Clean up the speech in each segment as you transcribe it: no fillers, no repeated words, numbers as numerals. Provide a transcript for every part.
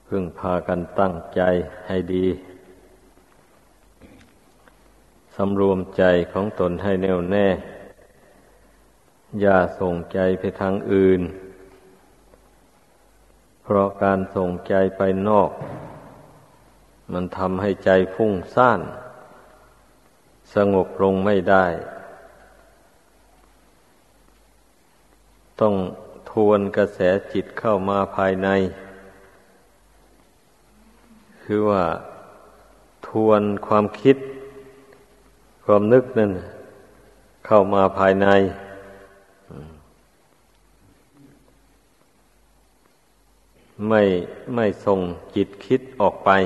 พึ่งพากันตั้งใจให้ดีสำรวมใจของตนให้แน่วแน่อย่าส่งใจไปทางอื่นเพราะการส่งใจไปนอกมันทำให้ใจฟุ้งซ่านสงบลงไม่ได้ต้องทวนกระแสจิตเข้ามาภายในคือว่าทวนความคิดความนึกนั่นเข้ามาภายในไม่ส่งจิตคิดออกไป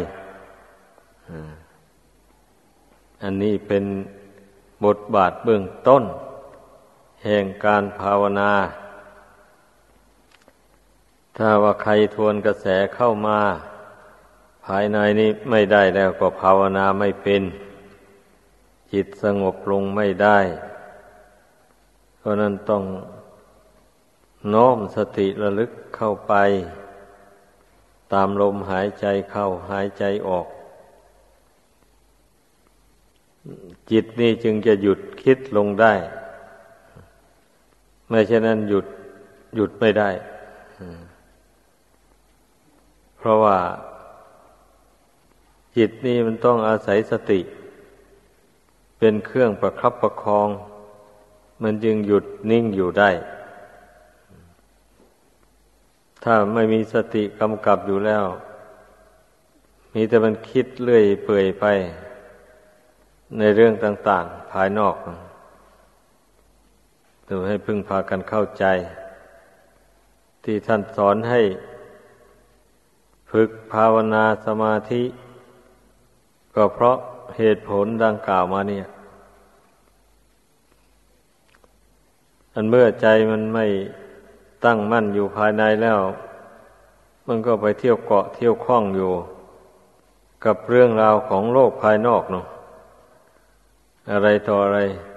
อันนี้เป็นบทบาทเบื้องต้นแห่งการภาวนาถ้าว่าใครทวนกระแสเข้ามาภายในนี้ไม่ได้แล้วก็ภาวนาไม่เป็นจิตสงบลงไม่ได้เพราะนั้นต้องน้อมสติระลึกเข้าไปตามลมหายใจเข้าหายใจออกจิตนี่จึงจะหยุดคิดลงได้ไม่เช่นนั้นหยุดไม่ได้เพราะว่าจิตนี่มันต้องอาศัยสติเป็นเครื่องประคับประคองมันจึงหยุดนิ่งอยู่ได้ถ้าไม่มีสติกำกับอยู่แล้วมีแต่มันคิดเรื่อยเปื่อยไปในเรื่องต่างๆภายนอกต้องให้พึ่งพากันเข้าใจที่ท่านสอนให้ฝึกภาวนาสมาธิก็เพราะเหตุผลดังกล่าวมาเนี่ยอันเมื่อใจมันไม่ตั้งมั่นอยู่ภายในแล้วมันก็ไปเที่ยวเกาะเที่ยวคล้องอยู่กับเรื่องราวของโลกภายนอกเนาะอะไรต่ออะไร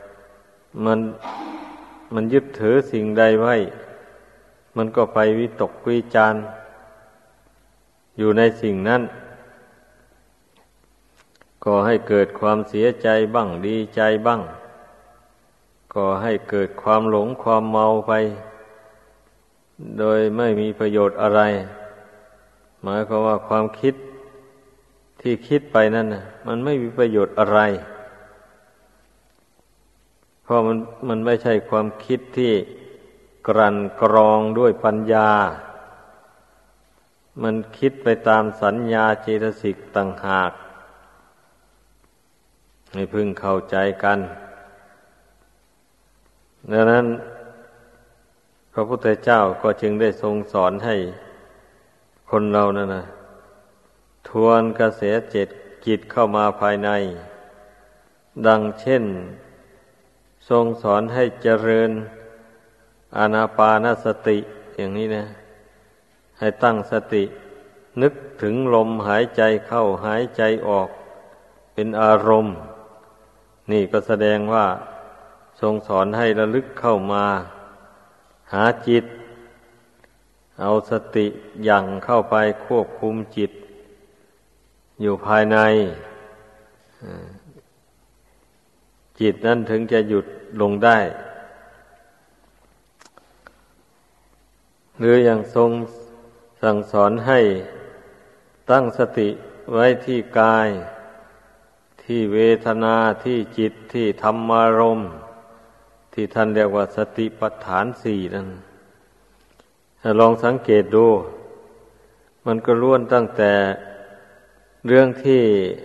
มันยึดถือสิ่งใดไว้มันก็ไปวิตกวิจารณ์อยู่ในสิ่งนั้นก็ให้เกิดความเสียใจบ้างดีใจบ้างก็ให้เกิดความหลงความเมาไปโดยไม่มีประโยชน์อะไรหมายความว่าความคิดที่คิดไปนั่นน่ะมันไม่มีประโยชน์อะไรเพราะมันไม่ใช่ความคิดที่กลั่นกรองด้วยปัญญามันคิดไปตามสัญญาเจตสิกต่างหากให้พึงเข้าใจกันดังนั้นพระพุทธเจ้าก็จึงได้ทรงสอนให้คนเรานั่นนะทวนกระแสจิตเข้ามาภายในดังเช่นทรงสอนให้เจริญอานาปานสติอย่างนี้นะให้ตั้งสตินึกถึงลมหายใจเข้าหายใจออกเป็นอารมณ์นี่ก็แสดงว่าทรงสอนให้ระลึกเข้ามาหาจิตเอาสติยั่งเข้าไปควบคุมจิตอยู่ภายในจิตนั้นถึงจะหยุดลงได้หรืออย่างทรงสั่งสอนให้ตั้งสติไว้ที่กายที่เวทนาที่จิตที่ธรรมารมณ์ที่ท่านเรียกว่าสติปัฏฐานสี่นั่นถ้าลองสังเกตดูมันก็ล้วนตั้งแต่เรื่องที่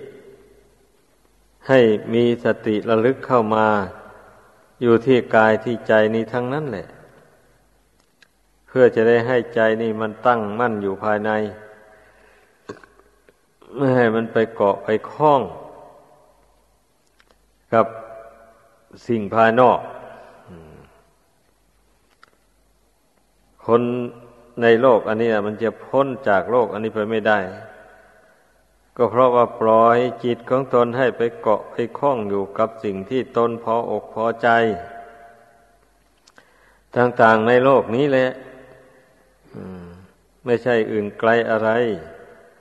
ให้มีสติระลึกเข้ามาอยู่ที่กายที่ใจนี้ทั้งนั้นแหละเพื่อจะได้ให้ใจนี่มันตั้งมั่นอยู่ภายในไม่ให้มันไปเกาะไปคล้องกับสิ่งภายนอกคนในโลกอันนี้มันจะพ้นจากโลกอันนี้ไปไม่ได้ก็เพราะว่าปล่อยจิตของตนให้ไปเกาะไปคล้องอยู่กับสิ่งที่ตนพออกพอใจต่างๆในโลกนี้แหละไม่ใช่อื่นไกลอะไร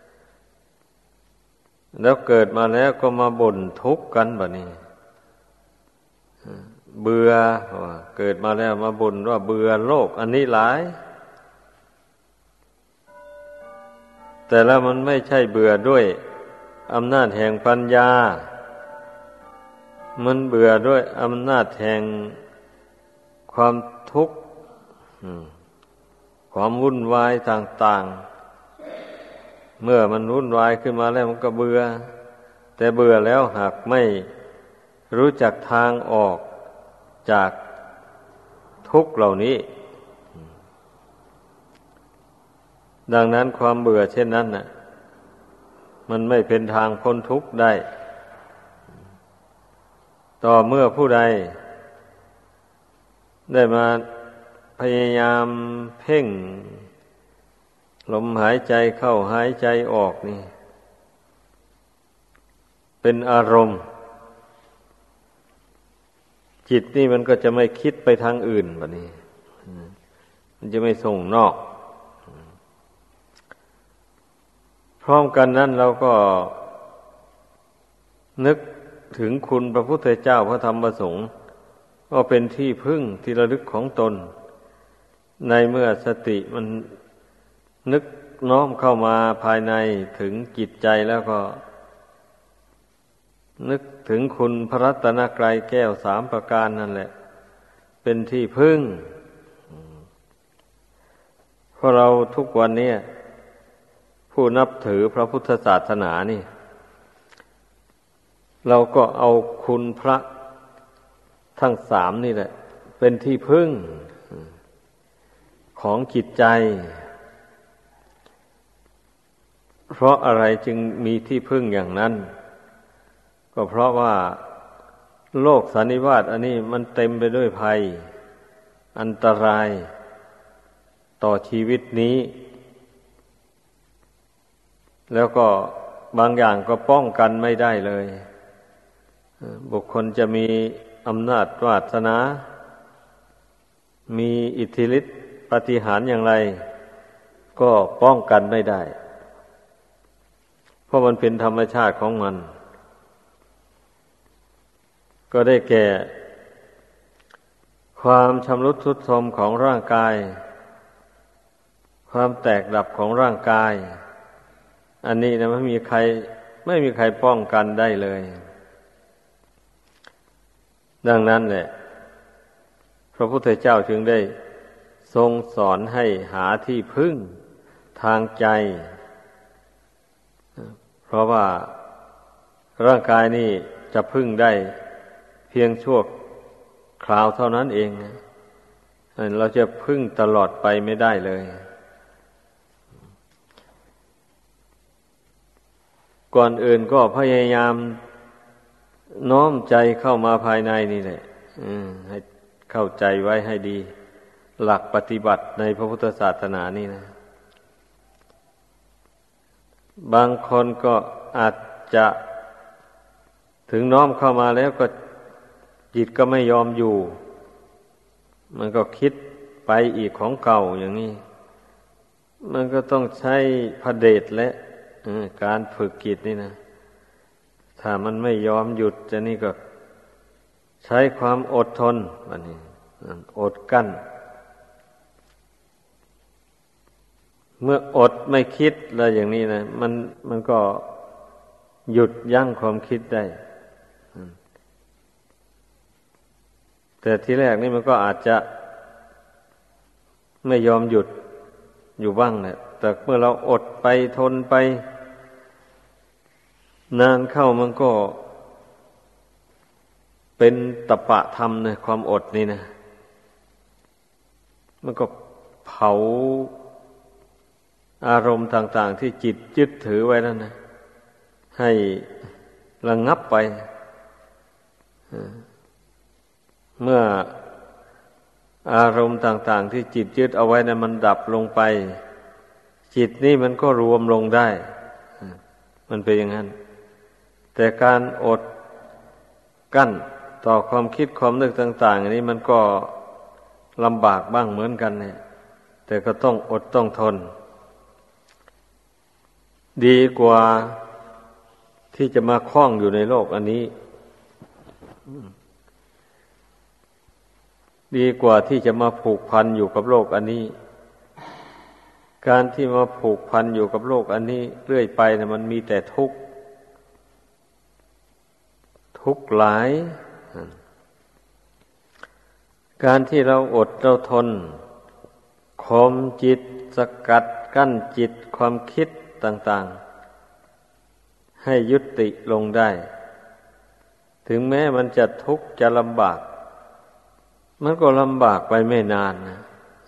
แล้วเกิดมาแล้วก็มาบ่นทุกข์กันแบบนี้เบื่อเกิดมาแล้วมาบ่นว่าเบื่อโลกอันนี้หลายแต่แล้วมันไม่ใช่เบื่อด้วยอำนาจแห่งปัญญามันเบื่อด้วยอำนาจแห่งความทุกข์ความวุ่นวายต่างๆเมื่อมันวุ่นวายขึ้นมาแล้วมันก็เบื่อแต่เบื่อแล้วหากไม่รู้จักทางออกจากทุกข์เหล่านี้ดังนั้นความเบื่อเช่นนั้นน่ะมันไม่เป็นทางพ้นทุกข์ได้ต่อเมื่อผู้ใดได้มาพยายามเพ่งลมหายใจเข้าหายใจออกนี่เป็นอารมณ์จิตนี่มันก็จะไม่คิดไปทางอื่นแบบนี้มันจะไม่ส่งนอกพร้อมกันนั้นเราก็นึกถึงคุณพระพุทธเจ้าพระธรรมพระสงฆ์ก็เป็นที่พึ่งที่ระลึกของตนในเมื่อสติมันนึกน้อมเข้ามาภายในถึงจิตใจแล้วก็นึกถึงคุณพระรัตนกรัยแก้วสามประการนั่นแหละเป็นที่พึ่งเพราะเราทุกวันนี้ผู้นับถือพระพุทธศาสนานี่เราก็เอาคุณพระทั้งสามนี่แหละเป็นที่พึ่งของจิตใจเพราะอะไรจึงมีที่พึ่งอย่างนั้นก็เพราะว่าโลกสันนิวาตอันนี้มันเต็มไปด้วยภัยอันตรายต่อชีวิตนี้แล้วก็บางอย่างก็ป้องกันไม่ได้เลยบุคคลจะมีอำนาจวาสนามีอิทธิฤทธิปาฏิหาริย์อย่างไรก็ป้องกันไม่ได้เพราะมันเป็นธรรมชาติของมันก็ได้แก่ความชำรุดทรุดโทรมของร่างกายความแตกดับของร่างกายอันนี้นะไม่มีใครป้องกันได้เลยดังนั้นแหละพระพุทธเจ้าจึงได้ทรงสอนให้หาที่พึ่งทางใจเพราะว่าร่างกายนี่จะพึ่งได้เพียงชั่วคราวเท่านั้นเองเราจะพึ่งตลอดไปไม่ได้เลยก่อนอื่นก็พยายามน้อมใจเข้ามาภายในนี่แหละให้เข้าใจไว้ให้ดีหลักปฏิบัติในพระพุทธศาสนานี่นะบางคนก็อาจจะถึงน้อมเข้ามาแล้วก็จิตก็ไม่ยอมอยู่มันก็คิดไปอีกของเก่าอย่างนี้มันก็ต้องใช้พระเดชและการฝึกจิตนี่นะถ้ามันไม่ยอมหยุดจะนี่ก็ใช้ความอดทนวันนี้อดกั้นเมื่ออดไม่คิดแล้วอย่างนี้นะมันก็หยุดยั้งความคิดได้แต่ที่แรกนี่มันก็อาจจะไม่ยอมหยุดอยู่บ้างแหละแต่เมื่อเราอดไปทนไปนานเข้ามันก็เป็นตปะธรรมในความอดนี่นะมันก็เผาอารมณ์ต่างๆที่จิตยึดถือไว้นั่นนะให้ระงับไปเมื่ออารมณ์ต่างๆที่จิตยึดเอาไว้นั้นมันดับลงไปจิตนี่มันก็รวมลงได้มันเป็นอย่างนั้นแต่การอดกั้นต่อความคิดความนึกต่างๆอันนี้มันก็ลำบากบ้างเหมือนกันเนี่ยแต่ก็ต้องอดต้องทนดีกว่าที่จะมาคล้องอยู่ในโลกอันนี้ดีกว่าที่จะมาผูกพันอยู่กับโลกอันนี้การที่มาผูกพันอยู่กับโลกอันนี้เรื่อยไปนะมันมีแต่ทุกข์หลายการที่เราอดเราทนข่มจิตสกัดกั้นจิตความคิดต่างๆให้ยุติลงได้ถึงแม้มันจะทุกข์จะลำบากมันก็ลำบากไปไม่นานนะ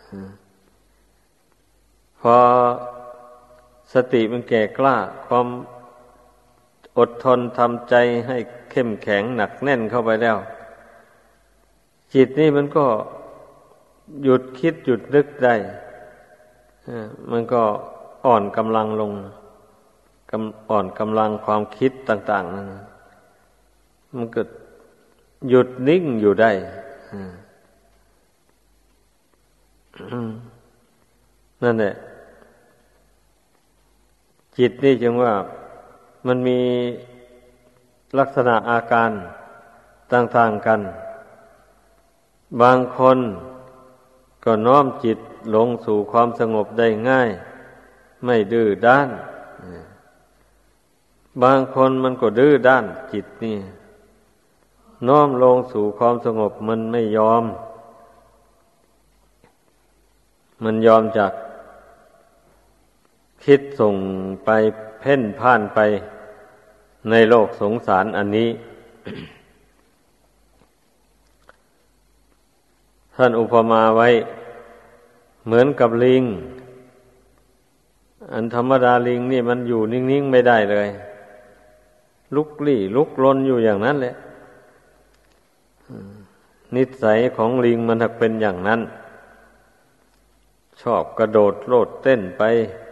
พอสติมันแก่กล้าความอดทนทำใจให้เข้มแข็งหนักแน่นเข้าไปแล้วจิตนี่มันก็หยุดคิดหยุดนึกได้มันก็อ่อนกำลังลงอ่อนกำลังความคิดต่างๆนั่นมันก็หยุดนิ่งอยู่ได้นั่นแหละจิตนี่จึงว่ามันมีลักษณะอาการต่างๆกันบางคนก็น้อมจิตลงสู่ความสงบได้ง่ายไม่ดื้อด้านบางคนมันก็ดื้อด้านจิตนี่น้อมลงสู่ความสงบมันไม่ยอมจากคิดส่งไปเพ่นพ่านไปในโลกสงสารอันนี้ ท่านอุปมาไว้เหมือนกับลิงอันธรรมดาลิงนี่มันอยู่นิ่งๆไม่ได้เลยลุกลี้ลุกลนอยู่อย่างนั้นแหละนิสัยของลิงมันถักเป็นอย่างนั้นชอบกระโดดโลดเต้นไป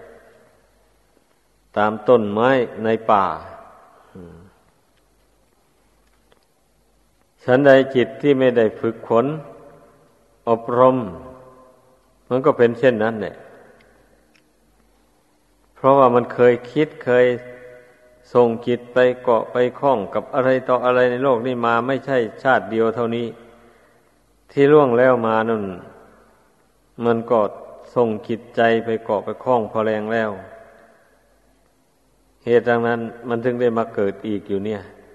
ตามต้นไม้ในป่าฉันใดจิตที่ไม่ได้ฝึกฝนอบรมมันก็เป็นเช่นนั้นแหละเพราะว่ามันเคยคิดเคยส่งจิตไปเกาะไปคล้องกับอะไรต่ออะไรในโลกนี้มาไม่ใช่ชาติเดียวเท่านี้ที่ล่วงแล้วมานั่นมันก็ส่งจิตใจไปเกาะไปคล้องพอแรงแล้วเหตุดังนั้นมันถึงได้มาเกิดอีกอยู่เนี่ย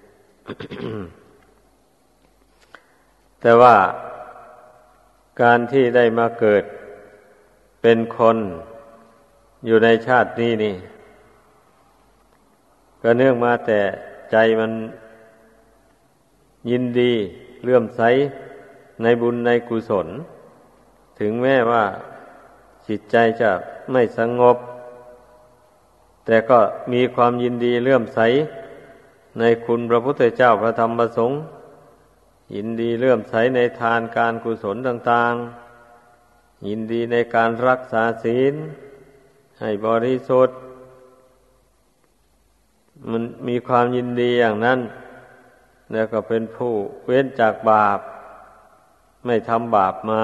แต่ว่าการที่ได้มาเกิดเป็นคนอยู่ในชาตินี้นี่ก็เนื่องมาแต่ใจมันยินดีเลื่อมใสในบุญในกุศลถึงแม้ว่าจิตใจจะไม่สงบแต่ก็มีความยินดีเลื่อมใสในคุณพระพุทธเจ้าพระธรรมพระสงฆ์ยินดีเลื่อมใสในทานการกุศลต่างๆยินดีในการรักษาศีลให้บริสุทธิ์มันมีความยินดีอย่างนั้นแล้วก็เป็นผู้เว้นจากบาปไม่ทำบาปมา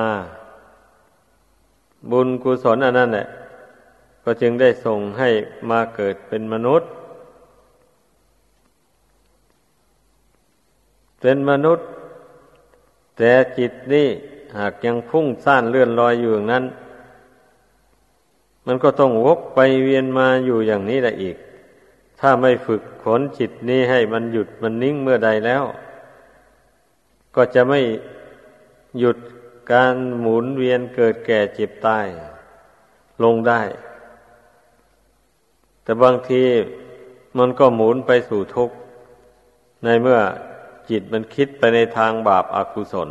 บุญกุศลอันนั้นแหละก็จึงได้ส่งให้มาเกิดเป็นมนุษย์แต่จิตนี่หากยังพุ่งซ่านเลื่อนลอยอยู่อย่างนั้นมันก็ต้องวกไปเวียนมาอยู่อย่างนี้แหละอีกถ้าไม่ฝึกฝนจิตนี้ให้มันหยุดมันนิ่งเมื่อใดแล้วก็จะไม่หยุดการหมุนเวียนเกิดแก่เจ็บตายลงได้แต่บางทีมันก็หมุนไปสู่ทุกข์ในเมื่อจิตมันคิดไปในทางบาปอกุศล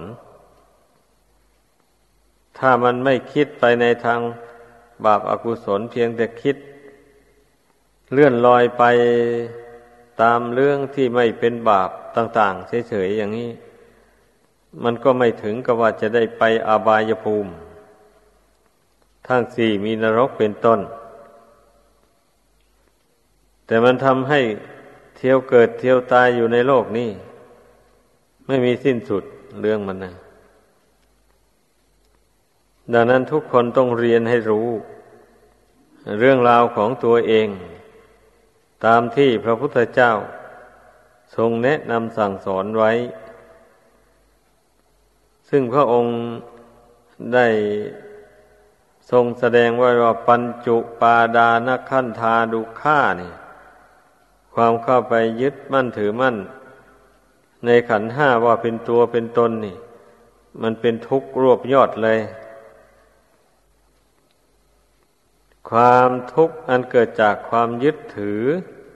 ถ้ามันไม่คิดไปในทางบาปอกุศลเพียงแต่คิดเลื่อนลอยไปตามเรื่องที่ไม่เป็นบาปต่างๆเฉยๆอย่างนี้มันก็ไม่ถึงกับว่าจะได้ไปอบายภูมิทั้งสี่มีนรกเป็นต้นแต่มันทำให้เที่ยวเกิดเที่ยวตายอยู่ในโลกนี้ไม่มีสิ้นสุดเรื่องมันนะดังนั้นทุกคนต้องเรียนให้รู้เรื่องราวของตัวเองตามที่พระพุทธเจ้าทรงแนะนำสั่งสอนไว้ซึ่งพระองค์ได้ทรงแสดงไว้ว่าปัญจุปาดานขันธาดุข่านี่ความเข้าไปยึดมั่นถือมั่นในขันธ์ห้าว่าเป็นตัวเป็นตนนี่มันเป็นทุกข์รวบยอดเลยความทุกข์อันเกิดจากความยึดถือ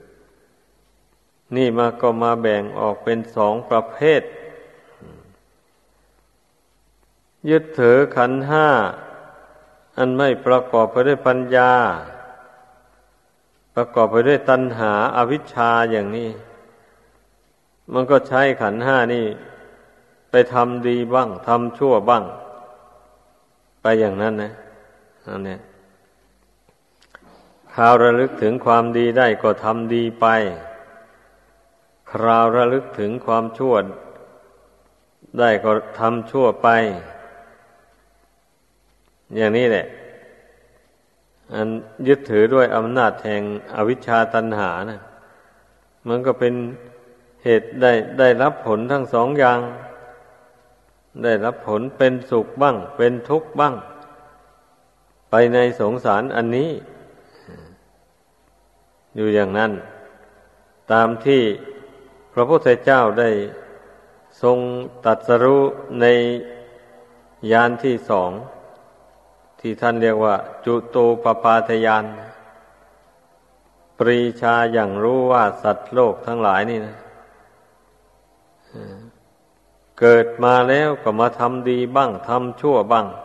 นี่ก็มาแบ่งออกเป็นสองประเภทยึดถือขันธ์ห้าอันไม่ประกอบไปด้วยปัญญาประกอบไปด้วยตัณหาอวิชชาอย่างนี้มันก็ใช้ขันธ์ห้านี่ไปทำดีบ้างทำชั่วบ้างไปอย่างนั้นนะอันนี้คราวระลึกถึงความดีได้ก็ทำดีไปคราวระลึกถึงความชั่วได้ก็ทำชั่วไปอย่างนี้แหละอันยึดถือด้วยอำนาจแห่งอวิชชาตัณหานะมันก็เป็นเหตุได้รับผลทั้งสองอย่างได้รับผลเป็นสุขบ้างเป็นทุกข์บ้างไปในสงสารอันนี้อยู่อย่างนั้นตามที่พระพุทธเจ้าได้ทรงตรัสรู้ในญาณที่สองที่ท่านเรียกว่าจุตูปปาทญาณปรีชาอย่างรู้ว่าสัตว์โลกทั้งหลายนี่นะเกิดมาแล้วก็มาทำดีบ้างทำชั่วบ้าง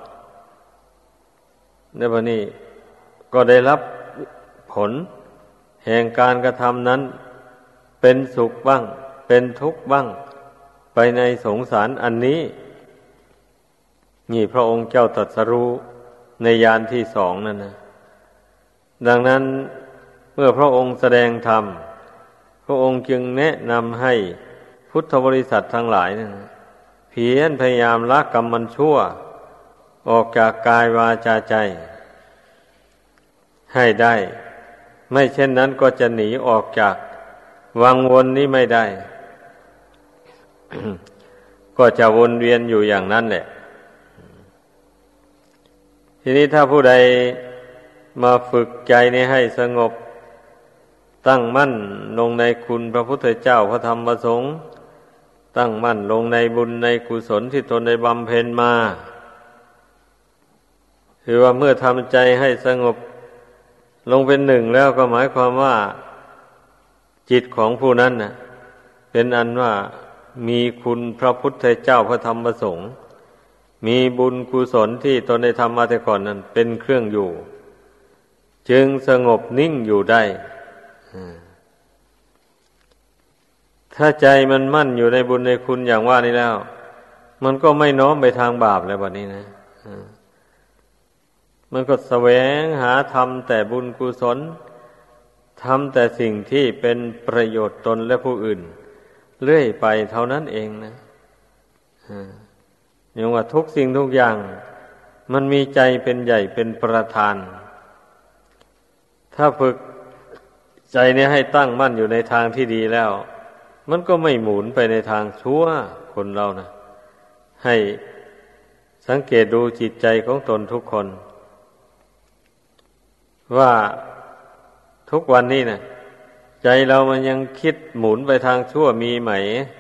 ในวันนี้ก็ได้รับผลแห่งการกระทำนั้นเป็นสุขบ้างเป็นทุกข์บ้างไปในสงสารอันนี้นี่พระองค์เจ้าตรัสรู้ในญาณที่สองนั่นนะดังนั้นเมื่อพระองค์แสดงธรรมพระองค์จึงแนะนำให้พุทธบริษัททั้งหลายนะเพียรพยายามละกรรมมันชั่วออกจากกายวาจาใจให้ได้ไม่เช่นนั้นก็จะหนีออกจากวังวนนี้ไม่ได้ ก็จะวนเวียนอยู่อย่างนั้นแหละทีนี้ถ้าผู้ใดมาฝึกใจนี้ให้สงบตั้งมั่นลงในคุณพระพุทธเจ้าพระธรรมพระสงฆ์ตั้งมั่นลงในบุญในกุศลที่ตนได้บำเพ็ญมาคือว่าเมื่อทำใจให้สงบลงเป็นหนึ่งแล้วก็หมายความว่าจิตของผู้นั้นน่ะเป็นอันว่ามีคุณพระพุทธเจ้าพระธรรมพระสงฆ์มีบุญกุศลที่ตนได้ทำมาแต่ก่อนนั้นเป็นเครื่องอยู่จึงสงบนิ่งอยู่ได้ถ้าใจมันมั่นอยู่ในบุญในคุณอย่างว่านี้แล้วมันก็ไม่น้อมไปทางบาปแล้วบัดนี้นะมันก็แสวงหาทำแต่บุญกุศลทำแต่สิ่งที่เป็นประโยชน์ตนและผู้อื่นเรื่อยไปเท่านั้นเองนะอย่างว่าทุกสิ่งทุกอย่างมันมีใจเป็นใหญ่เป็นประธานถ้าฝึกใจนี้ให้ตั้งมั่นอยู่ในทางที่ดีแล้วมันก็ไม่หมุนไปในทางชั่วคนเรานะให้สังเกตดูจิตใจของตนทุกคนว่าทุกวันนี้นะใจเรามันยังคิดหมุนไปทางชั่วมีไหม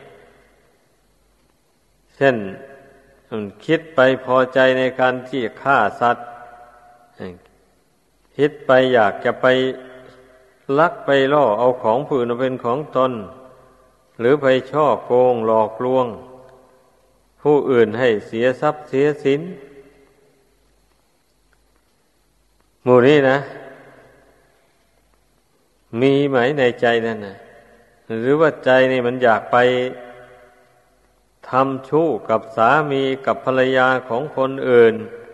เช่นคิดไปพอใจในการที่ฆ่าสัตว์คิดไปอยากจะไปลักไปล่อเอาของผู้อื่นมาเป็นของตนหรือไปช่อโกงหลอกลวงผู้อื่นให้เสียทรัพย์เสียสินหมู่นี้นะมีไหมในใจนั่นนะหรือว่าใจนี่มันอยากไปทำชู้กับสามีกับภรรยาของคนอื่น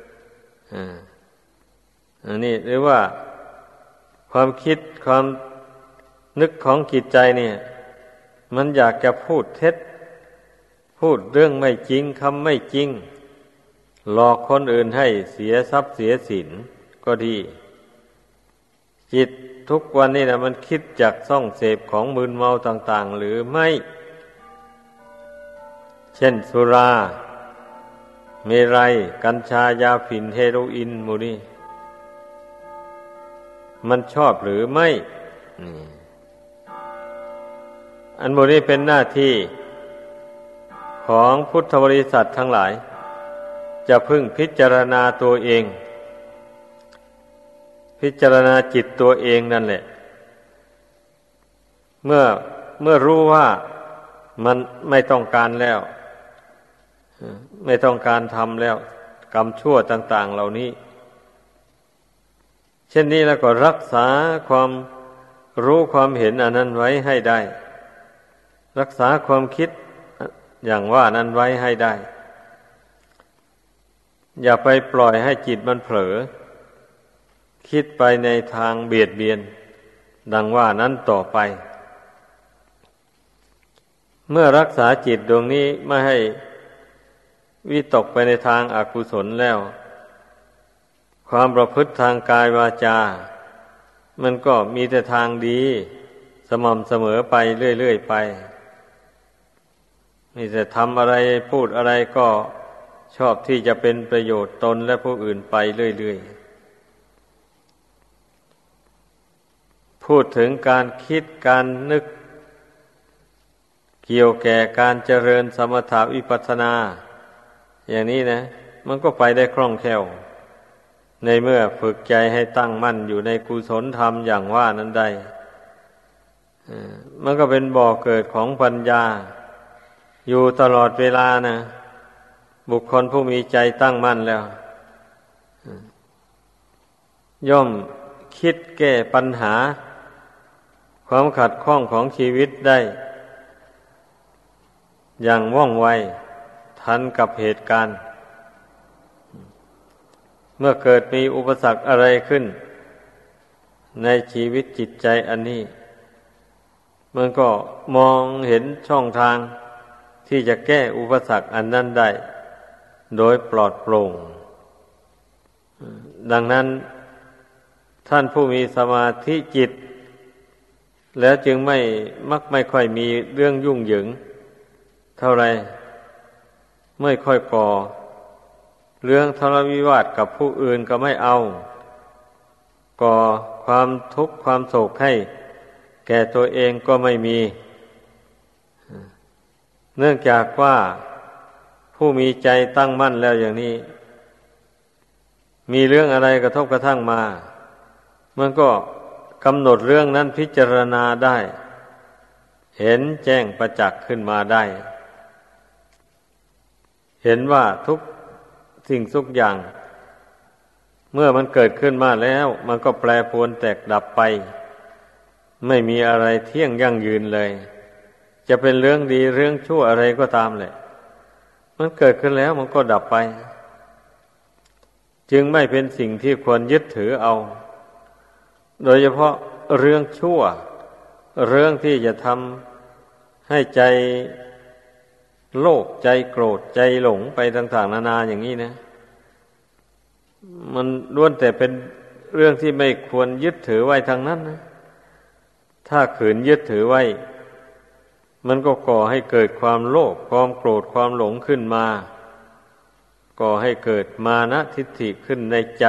อันนี้หรือว่าความคิดความนึกของจิตใจเนี่ยมันอยากจะพูดเท็จพูดเรื่องไม่จริงคำไม่จริงหลอกคนอื่นให้เสียทรัพย์เสียสินก็ดีจิตทุกวันนี้นะมันคิดจากส่องเสพของมึนเมาต่างๆหรือไม่เช่นสุราเมรัยกัญชายาฝิ่นเฮโรอีนหมู่นี้มันชอบหรือไม่อันหมู่นี้เป็นหน้าที่ของพุทธบริษัททั้งหลายจะพึงพิจารณาตัวเองพิจารณาจิตตัวเองนั่นแหละเมื่อรู้ว่ามันไม่ต้องการแล้วไม่ต้องการทำแล้วกรรมชั่วต่างๆเหล่านี้เช่นนี้แล้วก็รักษาความรู้ความเห็นอันนั้นไว้ให้ได้รักษาความคิดอย่างว่านั้นไว้ให้ได้อย่าไปปล่อยให้จิตมันเผลอคิดไปในทางเบียดเบียนดังว่านั้นต่อไปเมื่อรักษาจิตดวงนี้ไม่ให้วิตกไปในทางอกุศลแล้วความประพฤติทางกายวาจามันก็มีแต่ทางดีสม่ำเสมอไปเรื่อยๆไปมีแต่ทำอะไรพูดอะไรก็ชอบที่จะเป็นประโยชน์ตนและผู้อื่นไปเรื่อยๆพูดถึงการคิดการนึกเกี่ยวแก่การเจริญสมถะวิปัสสนาอย่างนี้นะมันก็ไปได้คล่องแคล่วในเมื่อฝึกใจให้ตั้งมั่นอยู่ในกุศลธรรมอย่างว่านั้นได้มันก็เป็นบ่อเกิดของปัญญาอยู่ตลอดเวลานะบุคคลผู้มีใจตั้งมั่นแล้วย่อมคิดแก้ปัญหาความขัดข้องของชีวิตได้อย่างว่องไวทันกับเหตุการณ์เมื่อเกิดมีอุปสรรคอะไรขึ้นในชีวิตจิตใจอันนี้มันก็มองเห็นช่องทางที่จะแก้อุปสรรคอันนั้นได้โดยปลอดโปร่งดังนั้นท่านผู้มีสมาธิจิตแล้วจึงไม่ค่อยมีเรื่องยุ่งเหยิงเท่าไรไม่ค่อยก่อเรื่องทะเลาะวิวาทกับผู้อื่นก็ไม่เอาก่อความทุกข์ความโศกให้แก่ตัวเองก็ไม่มีเนื่องจากว่าผู้มีใจตั้งมั่นแล้วอย่างนี้มีเรื่องอะไรกระทบกระทั่งมามันก็กำหนดเรื่องนั้นพิจารณาได้เห็นแจ้งประจักษ์ขึ้นมาได้เห็นว่าทุกสิ่งทุกอย่างเมื่อมันเกิดขึ้นมาแล้วมันก็แปรปรวนแตกดับไปไม่มีอะไรเที่ยงยั่งยืนเลยจะเป็นเรื่องดีเรื่องชั่วอะไรก็ตามแหละมันเกิดขึ้นแล้วมันก็ดับไปจึงไม่เป็นสิ่งที่ควรยึดถือเอาโดยเฉพาะเรื่องชั่วเรื่องที่จะทำให้ใจโลภใจโกรธใจหลงไปต่างๆนานาอย่างนี้นะมันล้วนแต่เป็นเรื่องที่ไม่ควรยึดถือไว้ทางนั้นนะถ้าขืนยึดถือไว้มันก็ก่อให้เกิดความโลภความโกรธความหลงขึ้นมาก่อให้เกิดมานะทิฏฐิขึ้นในใจ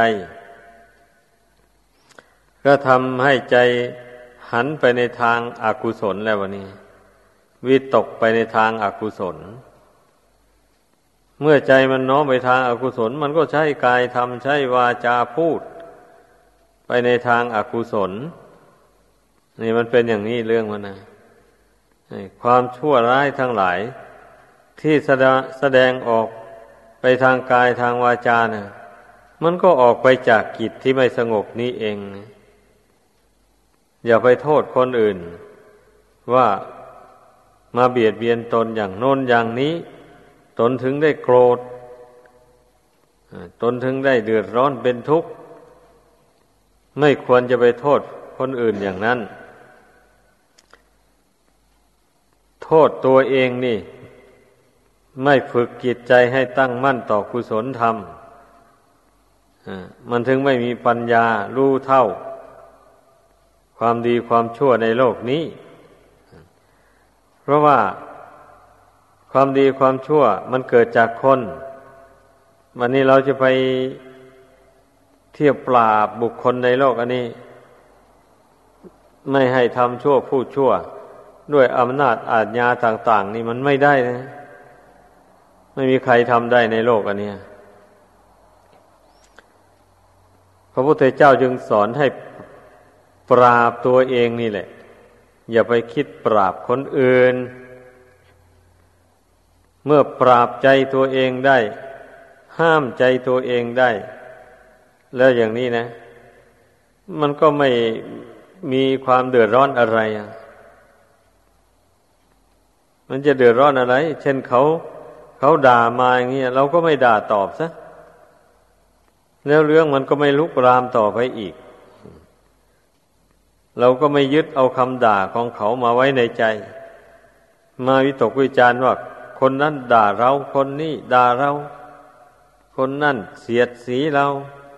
ก็ทำให้ใจหันไปในทางอกุศลแล้ววันนี้วิตกไปในทางอกุศลเมื่อใจมันน้อมไปทางอกุศลมันก็ใช้กายทำใช้วาจาพูดไปในทางอกุศลนี่มันเป็นอย่างนี้เรื่องมันนะความชั่วร้ายทั้งหลายที่แสดงออกไปทางกายทางวาจานะมันก็ออกไปจากจิตที่ไม่สงบนี้เองอย่าไปโทษคนอื่นว่ามาเบียดเบียนตนอย่างโน้นอย่างนี้ตนถึงได้โกรธตนถึงได้เดือดร้อนเป็นทุกข์ไม่ควรจะไปโทษคนอื่นอย่างนั้นโทษตัวเองนี่ไม่ฝึกจิตใจให้ตั้งมั่นต่อกุศลธรรมมันถึงไม่มีปัญญารู้เท่าความดีความชั่วในโลกนี้เพราะว่าความดีความชั่วมันเกิดจากคนวันนี้เราจะไปเทียบปราบบุคคลในโลกอันนี้ไม่ให้ทำชั่วพูดชั่วด้วยอำนาจอาทญาต่างๆนี่มันไม่ได้นะไม่มีใครทำได้ในโลกอันนี้พระพุทธเจ้าจึงสอนให้ปราบตัวเองนี่แหละอย่าไปคิดปราบคนอื่นเมื่อปราบใจตัวเองได้ห้ามใจตัวเองได้แล้วอย่างนี้นะมันก็ไม่มีความเดือดร้อนอะไรมันจะเดือดร้อนอะไรเช่นเขาด่ามาอย่างนี้เราก็ไม่ด่าตอบซะแล้วเรื่องมันก็ไม่ลุกรามต่อไปอีกเราก็ไม่ยึดเอาคำด่าของเขามาไว้ในใจมาวิตกวิจารณ์ว่าคนนั้นด่าเราคนนี้ด่าเราคนนั่นเสียดสีเรา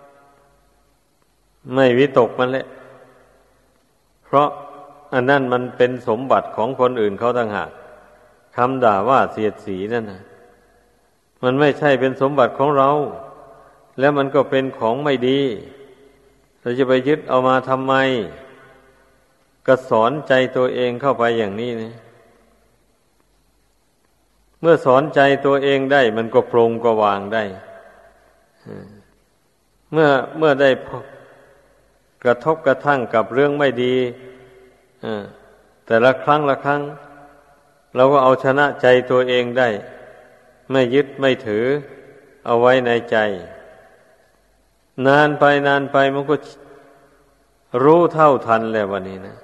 ไม่วิตกมันแหละเพราะอันนั้นมันเป็นสมบัติของคนอื่นเขาต่างหากคำด่าว่าเสียดสีนั่นนะมันไม่ใช่เป็นสมบัติของเราแล้วมันก็เป็นของไม่ดีเราจะไปยึดเอามาทำไมก็สอนใจตัวเองเข้าไปอย่างนี้นะเมื่อสอนใจตัวเองได้มันก็ปรงก็วางได้เมื่อได้กระทบกระทั่งกับเรื่องไม่ดีแต่ละครั้งละครั้งเราก็เอาชนะใจตัวเองได้ไม่ยึดไม่ถือเอาไว้ในใจนานไปมันก็รู้เท่าทันแล้ววันนี้นะ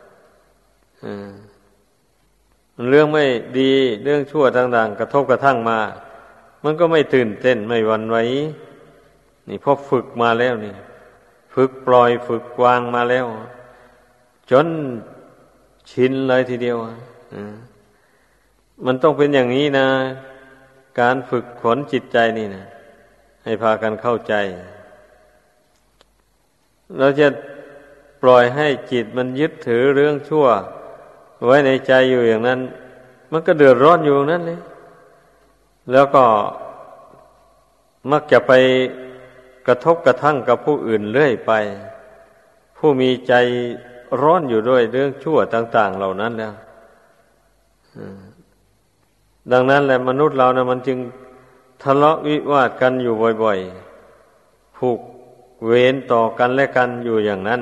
เรื่องไม่ดีเรื่องชั่วต่างๆกระทบกระทั่งมามันก็ไม่ตื่นเต้นไม่หวั่นไหวนี่พอฝึกมาแล้วนี่ฝึกปล่อยฝึกวางมาแล้วจนชินเลยทีเดียวมันต้องเป็นอย่างนี้นะการฝึกฝนจิตใจนี่นะให้พากันเข้าใจเราจะปล่อยให้จิตมันยึดถือเรื่องชั่วไว้ในใจอยู่อย่างนั้นมันก็เดือดร้อนอยู่นั่นเลยแล้วก็มักจะไปกระทบกระทั่งกับผู้อื่นเรื่อยไปผู้มีใจร้อนอยู่ด้วยเรื่องชั่วต่างๆเหล่านั้นแล้วดังนั้นแหละมนุษย์เรานะมันจึงทะเลาะวิวาทกันอยู่บ่อยๆผูกเวรต่อกันและกันอยู่อย่างนั้น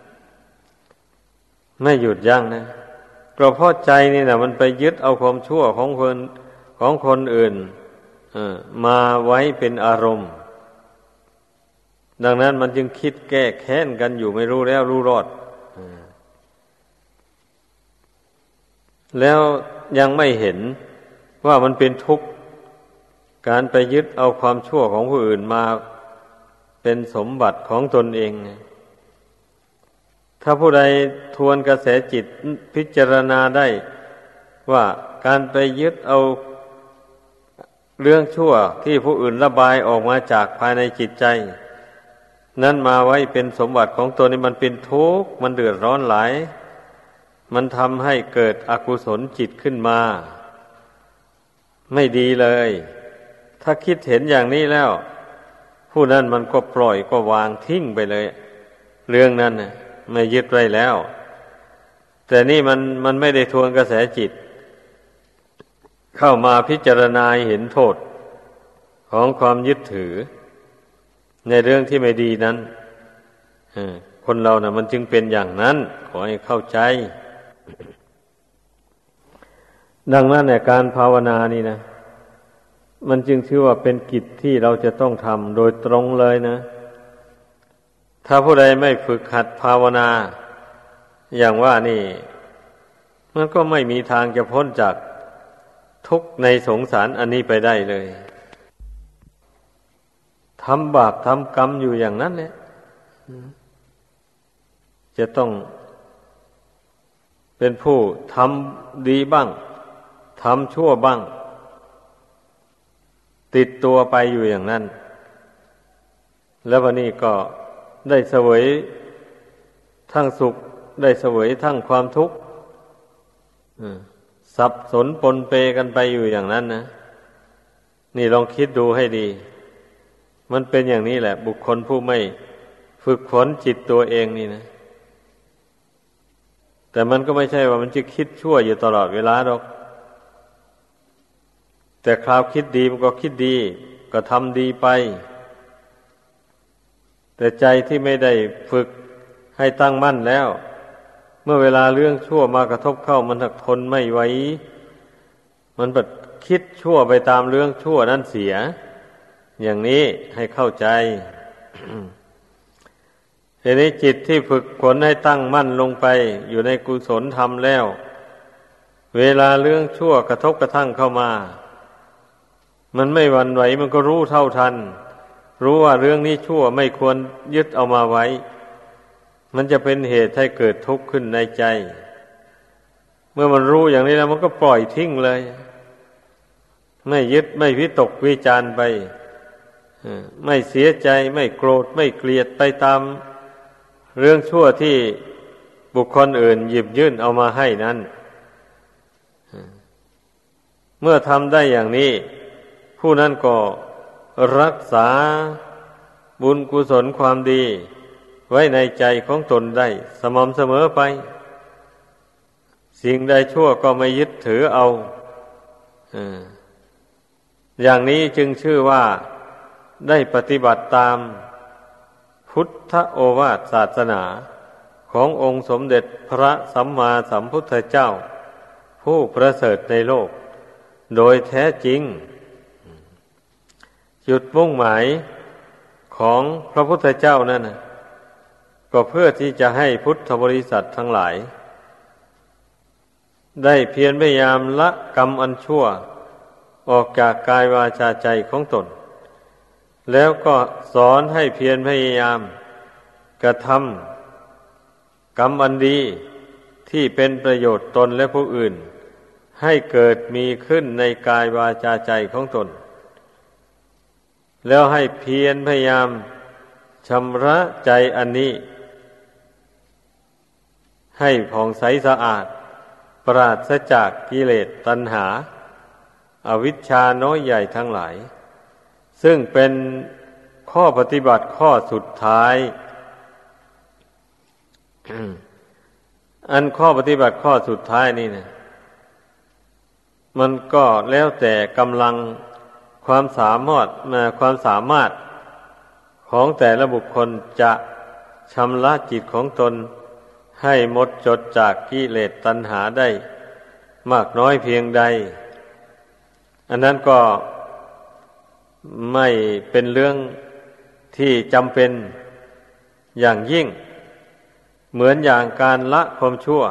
ไม่หยุดยั้งนะก็เพราะใจนี่นะมันไปยึดเอาความชั่วของคนอื่นมาไว้เป็นอารมณ์ดังนั้นมันจึงคิดแก้แค้นกันอยู่ไม่รู้แล้วรู้รอดแล้วยังไม่เห็นว่ามันเป็นทุกข์การไปยึดเอาความชั่วของผู้อื่นมาเป็นสมบัติของตนเองถ้าผู้ใดทวนกระแสจิตพิจารณาได้ว่าการไปยึดเอาเรื่องชั่วที่ผู้อื่นระบายออกมาจากภายในจิตใจนั้นมาไว้เป็นสมบัติของตนนี่มันเป็นทุกข์มันเดือดร้อนหลายมันทำให้เกิดอกุศลจิตขึ้นมาไม่ดีเลยถ้าคิดเห็นอย่างนี้แล้วผู้นั้นมันก็ปล่อยก็วางทิ้งไปเลยเรื่องนั้นน่ะไม่ยึดไว้แล้วแต่นี่มันไม่ได้ทวนกระแสจิตเข้ามาพิจารณาเห็นโทษของความยึดถือในเรื่องที่ไม่ดีนั้นคนเราน่ะมันจึงเป็นอย่างนั้นขอให้เข้าใจดังนั้นเนี่ยการภาวนานี่นะมันจึงชื่อว่าเป็นกิจที่เราจะต้องทำโดยตรงเลยนะถ้าผู้ใดไม่ฝึกหัดภาวนาอย่างว่านี่มันก็ไม่มีทางจะพ้นจากทุกข์ในสงสารอันนี้ไปได้เลยทำบาปทำกรรมอยู่อย่างนั้นแหละจะต้องเป็นผู้ทำดีบ้างทำชั่วบ้างติดตัวไปอยู่อย่างนั้นแล้ววันนี้ก็ได้เสวยทั้งสุขได้เสวยทั้งความทุกข์สับสนปนเปกันไปอยู่อย่างนั้นนะนี่ลองคิดดูให้ดีมันเป็นอย่างนี้แหละบุคคลผู้ไม่ฝึกฝนจิตตัวเองนี่นะแต่มันก็ไม่ใช่ว่ามันจะคิดชั่วอยู่ตลอดเวลาหรอกแต่คราวคิดดีมันก็คิดดีก็ทำดีไปแต่ใจที่ไม่ได้ฝึกให้ตั้งมั่นแล้วเมื่อเวลาเรื่องชั่วมากระทบเข้ามันทนไม่ไหวมันแบบคิดชั่วไปตามเรื่องชั่วนั่นเสียอย่างนี้ให้เข้าใจ ทีนี้จิตที่ฝึกฝนให้ตั้งมั่นลงไปอยู่ในกุศลธรรมแล้วเวลาเรื่องชั่วกระทบกระทั่งเข้ามามันไม่หวั่นไหวมันก็รู้เท่าทันรู้ว่าเรื่องนี้ชั่วไม่ควรยึดเอามาไว้มันจะเป็นเหตุให้เกิดทุกข์ขึ้นในใจเมื่อมันรู้อย่างนี้แล้วมันก็ปล่อยทิ้งเลยไม่ยึดไม่วิตกวิจารณ์ไปไม่เสียใจไม่โกรธไม่เกลียดไปตามเรื่องชั่วที่บุคคลอื่นหยิบยื่นเอามาให้นั้นเมื่อทำได้อย่างนี้ผู้นั้นก็รักษาบุญกุศลความดีไว้ในใจของตนได้สม่ำเสมอไปสิ่งใดชั่วก็ไม่ยึดถือเอาอย่างนี้จึงชื่อว่าได้ปฏิบัติตามพุทธโอวาทศาสนาขององค์สมเด็จพระสัมมาสัมพุทธเจ้าผู้ประเสริฐในโลกโดยแท้จริงจุดมุ่งหมายของพระพุทธเจ้านั่นก็เพื่อที่จะให้พุทธบริษัททั้งหลายได้เพียรพยายามละกรรมอันชั่วออกจากกายวาจาใจของตนแล้วก็สอนให้เพียรพยายามกระทำกรรมอันดีที่เป็นประโยชน์ตนและผู้อื่นให้เกิดมีขึ้นในกายวาจาใจของตนแล้วให้เพียรพยายามชำระใจอันนี้ให้ผ่องใสสะอาดปราศจากกิเลสตัณหาอวิชชาน้อยใหญ่ทั้งหลายซึ่งเป็นข้อปฏิบัติข้อสุดท้าย อันข้อปฏิบัติข้อสุดท้ายนี่นะมันก็แล้วแต่กำลังความสามารถของแต่ละบุคคลจะชำระจิตของตนให้หมดจดจากกิเลสตัณหาได้มากน้อยเพียงใดอันนั้นก็ไม่เป็นเรื่องที่จำเป็นอย่างยิ่งเหมือนอย่างการละความชั่ว